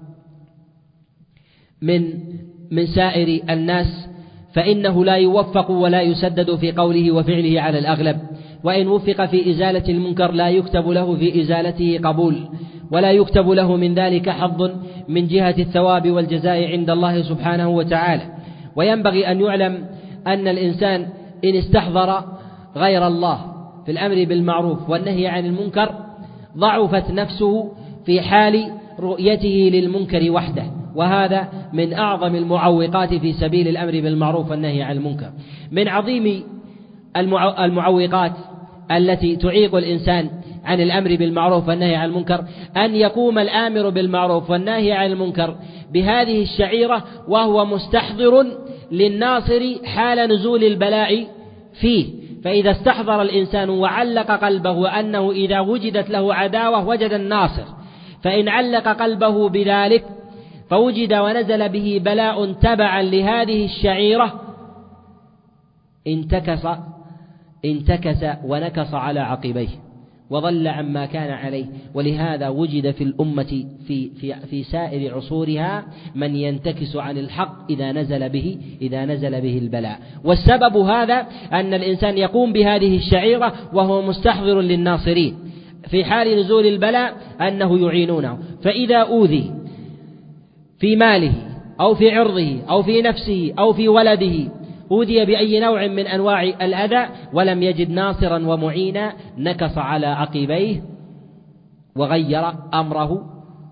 من سائر الناس فإنه لا يوفق ولا يسدد في قوله وفعله على الأغلب، وإن وفق في إزالة المنكر لا يكتب له في إزالته قبول، ولا يكتب له من ذلك حظ من جهة الثواب والجزاء عند الله سبحانه وتعالى. وينبغي أن يعلم أن الإنسان إن استحضر غير الله في الأمر بالمعروف والنهي عن المنكر ضعفت نفسه في حال رؤيته للمنكر وحده، وهذا من أعظم المعوقات في سبيل الأمر بالمعروف والنهي عن المنكر. من عظيم المعوقات التي تعيق الإنسان عن الأمر بالمعروف والنهي عن المنكر أن يقوم الآمر بالمعروف والنهي عن المنكر بهذه الشعيرة وهو مستحضر للناصر حال نزول البلاء فيه، فإذا استحضر الإنسان وعلق قلبه أنه إذا وجدت له عداوة وجد الناصر، فإن علق قلبه بذلك فوجد ونزل به بلاء تبعا لهذه الشعيرة انتكس انتكس ونكص على عقبيه وضل عما كان عليه. ولهذا وجد في الأمة في سائر عصورها من ينتكس عن الحق إذا نزل به البلاء. والسبب هذا أن الإنسان يقوم بهذه الشعيرة وهو مستحضر للناصرين في حال نزول البلاء أنه يعينونه، فإذا أوذي في ماله أو في عرضه أو في نفسه أو في ولده، أوذي بأي نوع من أنواع الأذى ولم يجد ناصرا ومعينا، نكص على عقبيه وغير أمره،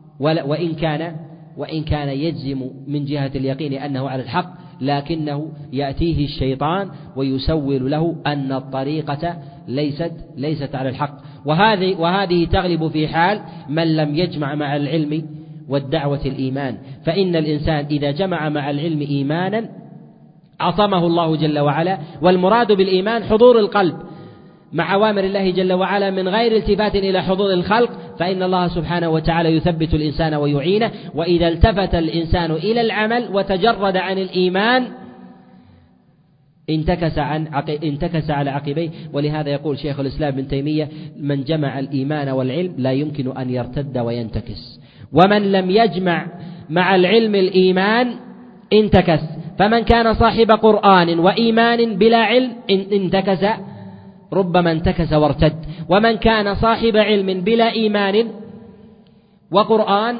وإن كان يجزم من جهة اليقين أنه على الحق، لكنه يأتيه الشيطان ويسول له أن الطريقة ليست على الحق. وهذه تغلب في حال من لم يجمع مع العلم والدعوة الإيمان. فإن الإنسان إذا جمع مع العلم إيمانا عصمه الله جل وعلا. والمراد بالإيمان حضور القلب مع أوامر الله جل وعلا من غير التفات إلى حضور الخلق، فإن الله سبحانه وتعالى يثبت الإنسان ويعينه. وإذا التفت الإنسان إلى العمل وتجرد عن الإيمان انتكس على عقبيه. ولهذا يقول شيخ الإسلام ابن تيمية: من جمع الإيمان والعلم لا يمكن أن يرتد وينتكس، ومن لم يجمع مع العلم الإيمان انتكس. فمن كان صاحب قرآن وإيمان بلا علم انتكس، ربما انتكس وارتد. ومن كان صاحب علم بلا إيمان وقرآن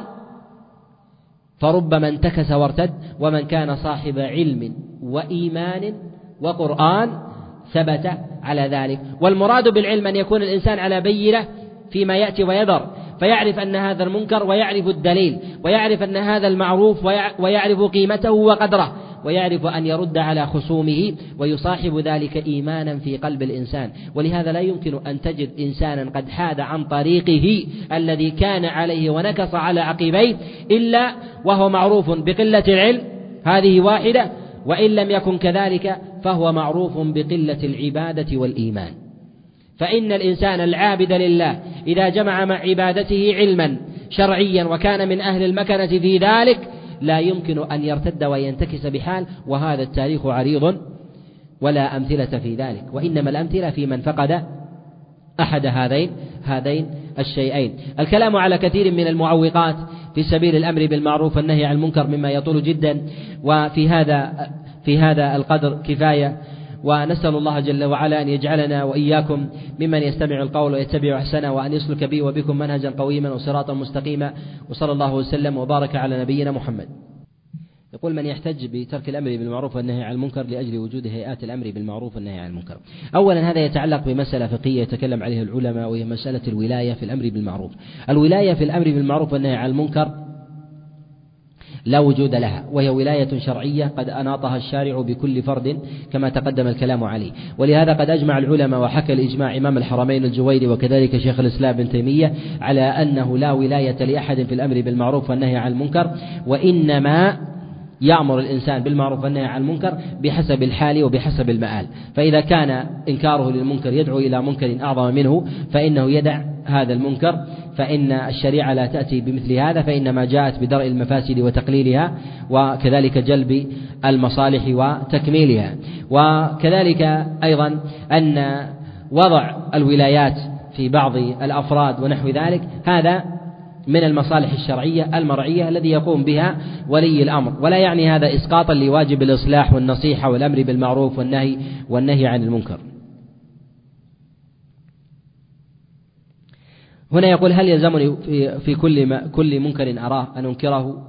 فربما انتكس وارتد. ومن كان صاحب علم وإيمان وقرآن ثبت على ذلك. والمراد بالعلم أن يكون الإنسان على بينة فيما يأتي ويذر، فيعرف أن هذا المنكر ويعرف الدليل، ويعرف أن هذا المعروف ويعرف قيمته وقدره، ويعرف أن يرد على خصومه، ويصاحب ذلك إيمانا في قلب الإنسان. ولهذا لا يمكن أن تجد إنسانا قد حاد عن طريقه الذي كان عليه ونكص على عقبيه إلا وهو معروف بقلة العلم، هذه واحدة، وإن لم يكن كذلك فهو معروف بقلة العبادة والإيمان. فإن الإنسان العابد لله إذا جمع مع عبادته علما شرعيا وكان من أهل المكنة في ذلك لا يمكن أن يرتد وينتكس بحال. وهذا التاريخ عريض ولا أمثلة في ذلك، وإنما الأمثلة في من فقد أحد هذين الشيئين. الكلام على كثير من المعوقات في سبيل الأمر بالمعروف والنهي عن المنكر مما يطول جدا، وفي هذا القدر كفاية. ونسأل الله جل وعلا أن يجعلنا وإياكم ممن يستمع القول ويتبع أحسنه، وأن يسلك بي وبكم منهجا قويما وصراطا مستقيما، وصلى الله وسلم وبارك على نبينا محمد. يقول: من يحتج بترك الأمر بالمعروف والنهي عن المنكر لأجل وجود هيئات الأمر بالمعروف والنهي عن المنكر؟ أولا هذا يتعلق بمسألة فقهية يتكلم عليها العلماء، وهي مسألة الولاية في الأمر بالمعروف. الولاية في الأمر بالمعروف والنهي عن المنكر لا وجود لها، وهي ولاية شرعية قد أناطها الشارع بكل فرد كما تقدم الكلام عليه. ولهذا قد أجمع العلماء وحكى الإجماع إمام الحرمين الجويني وكذلك شيخ الإسلام ابن تيمية على أنه لا ولاية لأحد في الأمر بالمعروف والنهي عن المنكر، وإنما يأمر الإنسان بالمعروف والنهي عن المنكر بحسب الحال وبحسب المآل. فإذا كان إنكاره للمنكر يدعو إلى منكر أعظم منه فإنه يدع هذا المنكر، فإن الشريعة لا تأتي بمثل هذا، فإنما جاءت بدرء المفاسد وتقليلها، وكذلك جلب المصالح وتكميلها. وكذلك أيضا أن وضع الولايات في بعض الأفراد ونحو ذلك هذا من المصالح الشرعية المرعية الذي يقوم بها ولي الأمر، ولا يعني هذا إسقاطا لواجب الإصلاح والنصيحة والأمر بالمعروف والنهي عن المنكر. هنا يقول: هل يلزمني في كل منكر أراه أن أنكره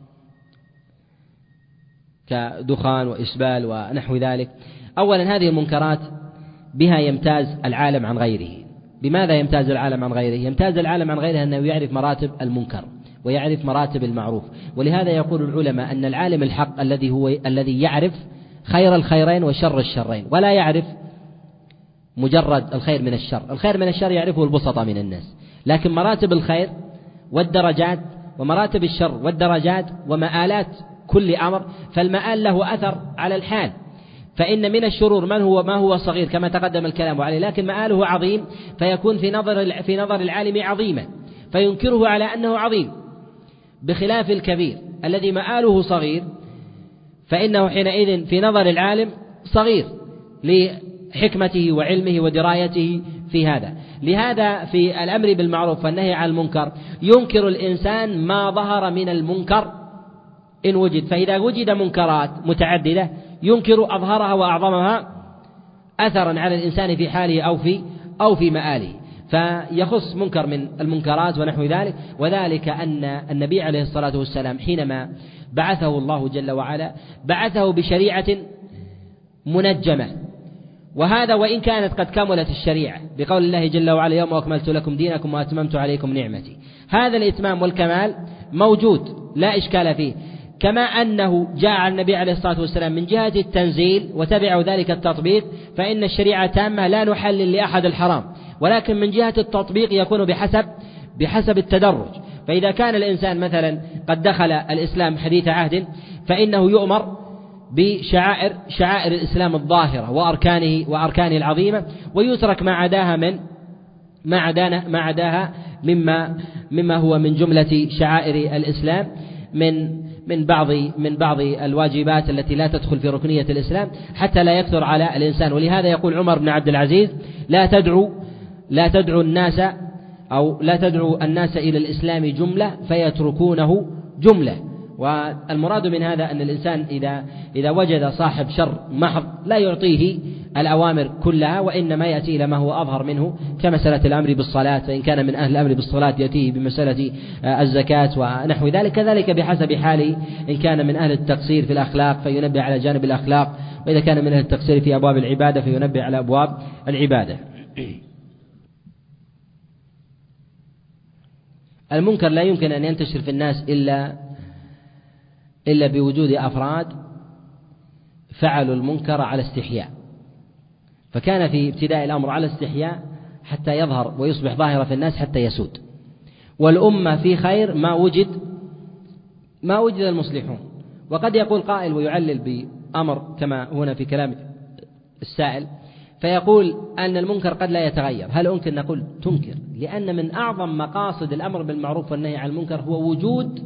كدخان وإسبال ونحو ذلك؟ أولا هذه المنكرات بها يمتاز العالم عن غيره. بماذا يمتاز العالم عن غيره؟ يمتاز العالم عن غيره أنه يعرف مراتب المنكر ويعرف مراتب المعروف. ولهذا يقول العلماء أن العالم الحق الذي يعرف خير الخيرين وشر الشرين، ولا يعرف مجرد الخير من الشر. الخير من الشر يعرفه البسطاء من الناس، لكن مراتب الخير والدرجات ومراتب الشر والدرجات ومآلات كل أمر، فالمآل له أثر على الحال. فإن من الشرور ما هو صغير كما تقدم الكلام عليه، لكن مآله عظيم، فيكون في نظر العالم عظيما فينكره على أنه عظيم، بخلاف الكبير الذي مآله صغير فإنه حينئذ في نظر العالم صغير حكمته وعلمه ودرايته في هذا. لهذا في الأمر بالمعروف والنهي عن المنكر ينكر الإنسان ما ظهر من المنكر إن وجد، فإذا وجد منكرات متعددة ينكر أظهرها وأعظمها أثرا على الإنسان في حاله أو في مآله، فيخص منكر من المنكرات ونحو ذلك. وذلك أن النبي عليه الصلاة والسلام حينما بعثه الله جل وعلا بعثه بشريعة منجمة، وهذا وإن كانت قد كملت الشريعة بقول الله جل وعلا يوم أكملت لكم دينكم وأتممت عليكم نعمتي، هذا الإتمام والكمال موجود لا إشكال فيه، كما أنه جاء النبي عليه الصلاة والسلام من جهة التنزيل وتبعوا ذلك التطبيق فإن الشريعة تامة لا نحلل لأحد الحرام، ولكن من جهة التطبيق يكون بحسب التدرج. فإذا كان الإنسان مثلا قد دخل الإسلام حديث عهد فإنه يؤمر بشعائر الإسلام الظاهرة وأركانه العظيمة، ويترك ما عداها مما هو من جملة شعائر الإسلام من بعض الواجبات التي لا تدخل في ركنية الإسلام حتى لا يكثر على الإنسان. ولهذا يقول عمر بن عبد العزيز لا تدعو الناس إلى الإسلام جملة فيتركونه جملة. والمراد من هذا أن الإنسان إذا وجد صاحب شر محض لا يعطيه الأوامر كلها، وإنما يأتي إلى ما هو أظهر منه كمسألة الأمر بالصلاة، فإن كان من أهل الأمر بالصلاة يأتيه بمسألة الزكاة ونحو ذلك، كذلك بحسب حاله إن كان من أهل التقصير في الأخلاق فينبه على جانب الأخلاق، وإذا كان من أهل التقصير في أبواب العبادة فينبه على أبواب العبادة. المنكر لا يمكن أن ينتشر في الناس إلا بوجود أفراد فعلوا المنكر على استحياء، فكان في ابتداء الأمر على استحياء حتى يظهر ويصبح ظاهرا في الناس حتى يسود. والأمة في خير ما وجد المصلحون. وقد يقول قائل ويعلل بأمر كما هنا في كلام السائل فيقول أن المنكر قد لا يتغير. هل يمكن نقول تنكر؟ لأن من أعظم مقاصد الأمر بالمعروف والنهي عن المنكر هو وجود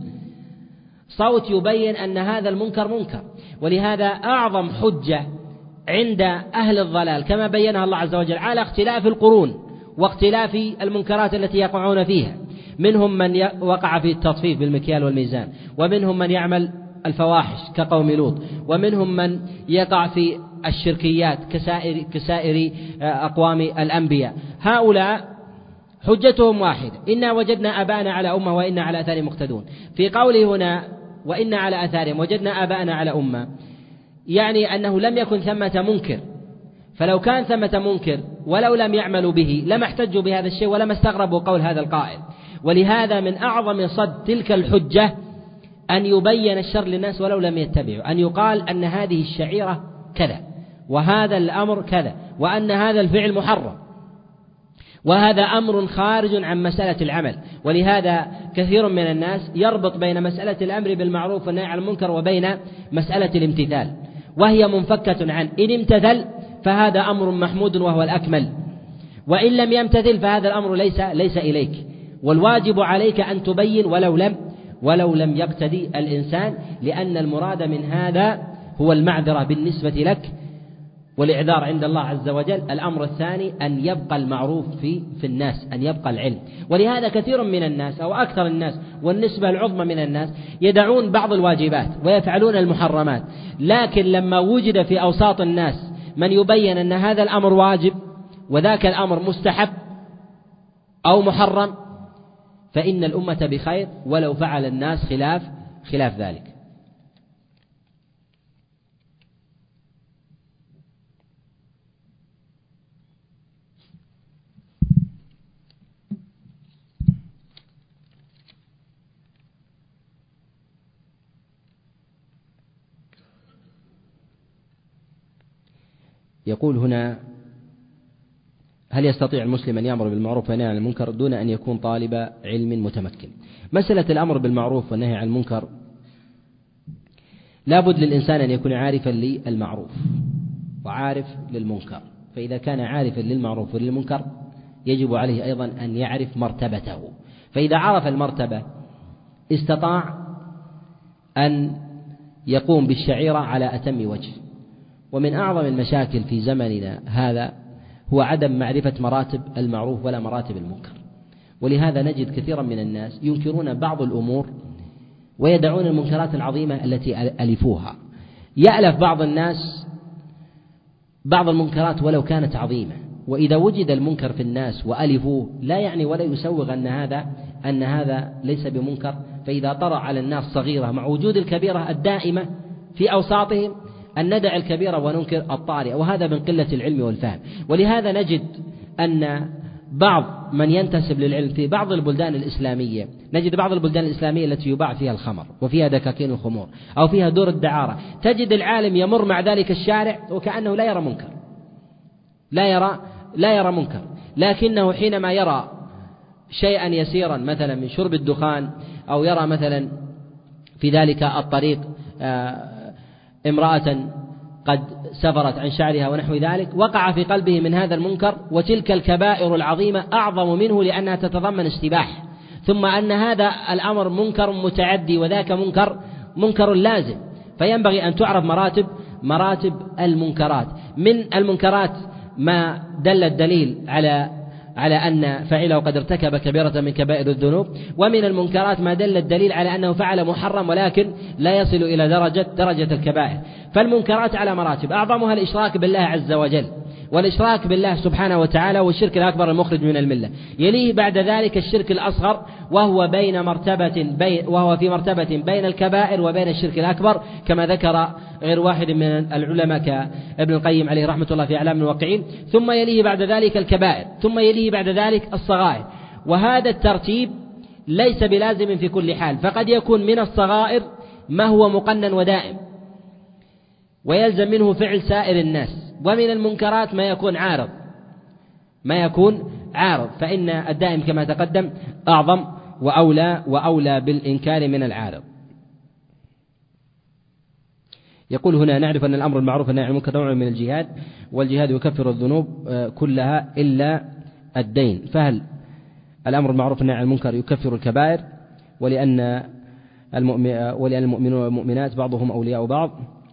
صوت يبين أن هذا المنكر منكر. ولهذا أعظم حجة عند أهل الضلال كما بينها الله عز وجل على اختلاف القرون واختلاف المنكرات التي يقعون فيها، منهم من وقع في التطفيف بالمكيال والميزان، ومنهم من يعمل الفواحش كقوم لوط، ومنهم من يقع في الشركيات كسائر أقوام الأنبياء. هؤلاء حجتهم واحدة: إنا وجدنا آباءنا على أمة وإنا على آثارهم مقتدون. في قوله هنا وإنا على آثارهم وجدنا آباءنا على أمة يعني أنه لم يكن ثمة منكر، فلو كان ثمة منكر ولو لم يعملوا به لما احتجوا بهذا الشيء ولما استغربوا قول هذا القائل. ولهذا من أعظم صد تلك الحجة أن يبين الشر للناس ولو لم يتبعوا، أن يقال أن هذه الشعيرة كذا وهذا الأمر كذا وأن هذا الفعل محرم، وهذا أمر خارج عن مسألة العمل. ولهذا كثير من الناس يربط بين مسألة الأمر بالمعروف والنهي عن المنكر وبين مسألة الامتثال، وهي منفكة عن إن امتثل فهذا أمر محمود وهو الأكمل، وإن لم يمتثل فهذا الأمر ليس إليك، والواجب عليك أن تبين ولو لم يقتدي الإنسان، لأن المراد من هذا هو المعذرة بالنسبة لك والإعذار عند الله عز وجل. الأمر الثاني أن يبقى المعروف في الناس، أن يبقى العلم. ولهذا كثير من الناس أو أكثر الناس والنسبة العظمى من الناس يدعون بعض الواجبات ويفعلون المحرمات، لكن لما وجد في أوساط الناس من يبين أن هذا الأمر واجب وذاك الأمر مستحب أو محرم فإن الأمة بخير ولو فعل الناس خلاف ذلك. يقول هنا: هل يستطيع المسلم أن يأمر بالمعروف والنهي عن المنكر دون أن يكون طالب علم متمكن؟ مسألة الأمر بالمعروف والنهي عن المنكر لا بد للإنسان أن يكون عارفا للمعروف وعارف للمنكر، فإذا كان عارفا للمعروف وللمنكر يجب عليه أيضا أن يعرف مرتبته، فإذا عرف المرتبة استطاع أن يقوم بالشعيرة على أتم وجه، ومن أعظم المشاكل في زمننا هذا هو عدم معرفة مراتب المعروف ولا مراتب المنكر، ولهذا نجد كثيرا من الناس ينكرون بعض الأمور ويدعون المنكرات العظيمة التي ألفوها. يألف بعض الناس بعض المنكرات ولو كانت عظيمة، وإذا وجد المنكر في الناس وألفوه لا يعني ولا يسوغ أن هذا ليس بمنكر، فإذا طرأ على الناس صغيرة مع وجود الكبيرة الدائمة في أوساطهم أن ندع الكبيرة وننكر الطارئة، وهذا من قلة العلم والفهم. ولهذا نجد أن بعض من ينتسب للعلم في بعض البلدان الإسلامية، نجد بعض البلدان الإسلامية التي يباع فيها الخمر وفيها دكاكين الخمور أو فيها دور الدعارة، تجد العالم يمر مع ذلك الشارع وكأنه لا يرى منكر، لا يرى منكر، لكنه حينما يرى شيئا يسيرا مثلا من شرب الدخان، أو يرى مثلا في ذلك الطريق امرأة قد سفرت عن شعرها ونحو ذلك، وقع في قلبه من هذا المنكر، وتلك الكبائر العظيمة أعظم منه لأنها تتضمن استباح، ثم أن هذا الأمر منكر متعدي وذاك منكر لازم. فينبغي أن تعرف مراتب المنكرات. من المنكرات ما دل الدليل على أن فاعله قد ارتكب كبيرة من كبائر الذنوب، ومن المنكرات ما دل الدليل على أنه فعل محرم ولكن لا يصل إلى درجة الكبائر. فالمنكرات على مراتب، أعظمها الإشراك بالله عز وجل، والإشراك بالله سبحانه وتعالى والشرك الأكبر المخرج من الملة. يليه بعد ذلك الشرك الأصغر، وهو في مرتبة بين الكبائر وبين الشرك الأكبر، كما ذكر غير واحد من العلماء كابن القيم عليه رحمة الله في أعلام الواقعين. ثم يليه بعد ذلك الكبائر، ثم يليه بعد ذلك الصغائر. وهذا الترتيب ليس بلازم في كل حال، فقد يكون من الصغائر ما هو مقنن ودائم ويلزم منه فعل سائر الناس، ومن المنكرات ما يكون عارض، فإن الدائم كما تقدم أعظم وأولى بالإنكار من العارض. يقول هنا: نعرف أن الأمر المعروف والنهي عن المنكر نوع من الجهاد، والجهاد يكفر الذنوب كلها إلا الدين، فهل الأمر المعروف والنهي عن المنكر يكفر الكبائر؟ ولأن المؤمنين والمؤمنات بعضهم أولياء بعض.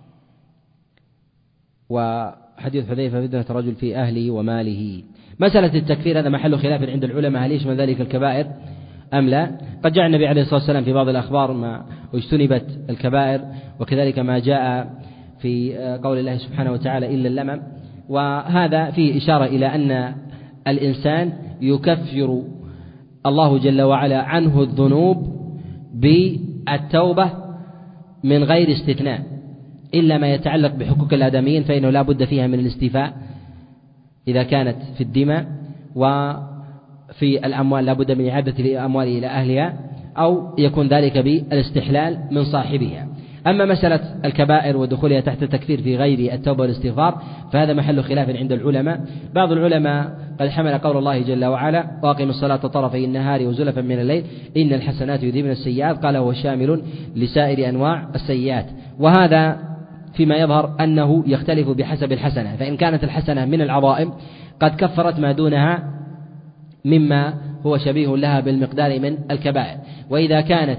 وحديث حذيفة فتنة رجل في أهله وماله. مسألة التكفير هذا محل خلاف عند العلماء، هل يشمل ذلك الكبائر أم لا؟ قد جاء النبي عليه الصلاة والسلام في بعض الأخبار ما اجتنبت الكبائر، وكذلك ما جاء في قول الله سبحانه وتعالى إلا اللمم، وهذا فيه إشارة إلى أن الإنسان يكفر الله جل وعلا عنه الذنوب بالتوبة من غير استثناء، إلا ما يتعلق بحقوق الآدميين فإنه لا بد فيها من الاستيفاء إذا كانت في الدماء، وفي الأموال لا بد من إعادة الأموال إلى أهلها، أو يكون ذلك بالاستحلال من صاحبها. أما مسألة الكبائر ودخولها تحت التكفير في غير التوبة والاستغفار فهذا محل خلاف عند العلماء. بعض العلماء قد حمل قول الله جل وعلا: وأقم الصلاة طرفي النهار وزلفا من الليل إن الحسنات يذهبن السيئات، قال هو شامل لسائر أنواع السيئات. وهذا فيما يظهر أنه يختلف بحسب الحسنة، فإن كانت الحسنة من العظائم قد كفرت ما دونها مما هو شبيه لها بالمقدار من الكبائر، وإذا كانت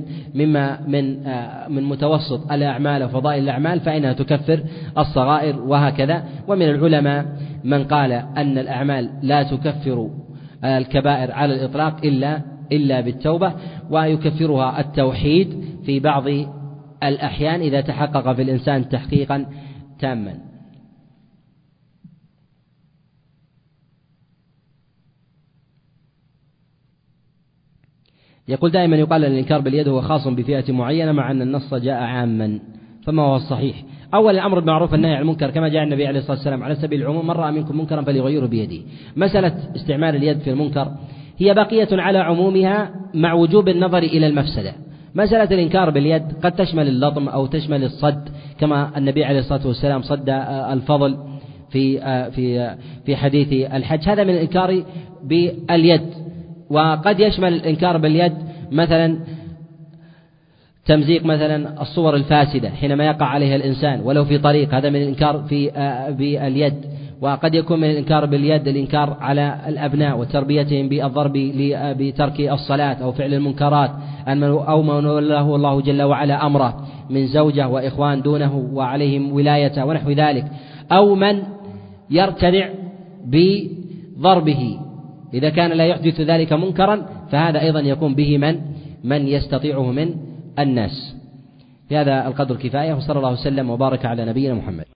من متوسط الأعمال وفضائل الأعمال فإنها تكفر الصغائر، وهكذا. ومن العلماء من قال أن الأعمال لا تكفر الكبائر على الإطلاق إلا بالتوبة، ويكفرها التوحيد في بعض الأحيان إذا تحقق في الإنسان تحقيقا تاما. يقول: دائما يقال أن الإنكار باليد هو خاص بفئة معينة مع أن النص جاء عاما، فما هو الصحيح؟ أولا الأمر بالمعروف والنهي عن المنكر كما جاء النبي عليه الصلاة والسلام على سبيل العموم: من رأى منكم منكرا فليغيره بيده. مسألة استعمال اليد في المنكر هي بقية على عمومها مع وجوب النظر إلى المفسدة. مسألة الإنكار باليد قد تشمل اللطم أو تشمل الصد، كما النبي عليه الصلاة والسلام صد الفضل في حديث الحج، هذا من الإنكار باليد. وقد يشمل الإنكار باليد مثلا تمزيق مثلا الصور الفاسدة حينما يقع عليها الإنسان ولو في طريق، هذا من الإنكار باليد. وقد يكون من الإنكار باليد الإنكار على الأبناء وتربيتهم بالضرب بترك الصلاة أو فعل المنكرات، أو ما ولاه الله جل وعلا أمره من زوجة وإخوان دونه وعليهم ولايته ونحو ذلك، أو من يرتدع بضربه إذا كان لا يحدث ذلك منكرا، فهذا أيضا يكون به من يستطيعه من الناس. في هذا القدر كفاية، وصلى الله وسلم وبارك على نبينا محمد.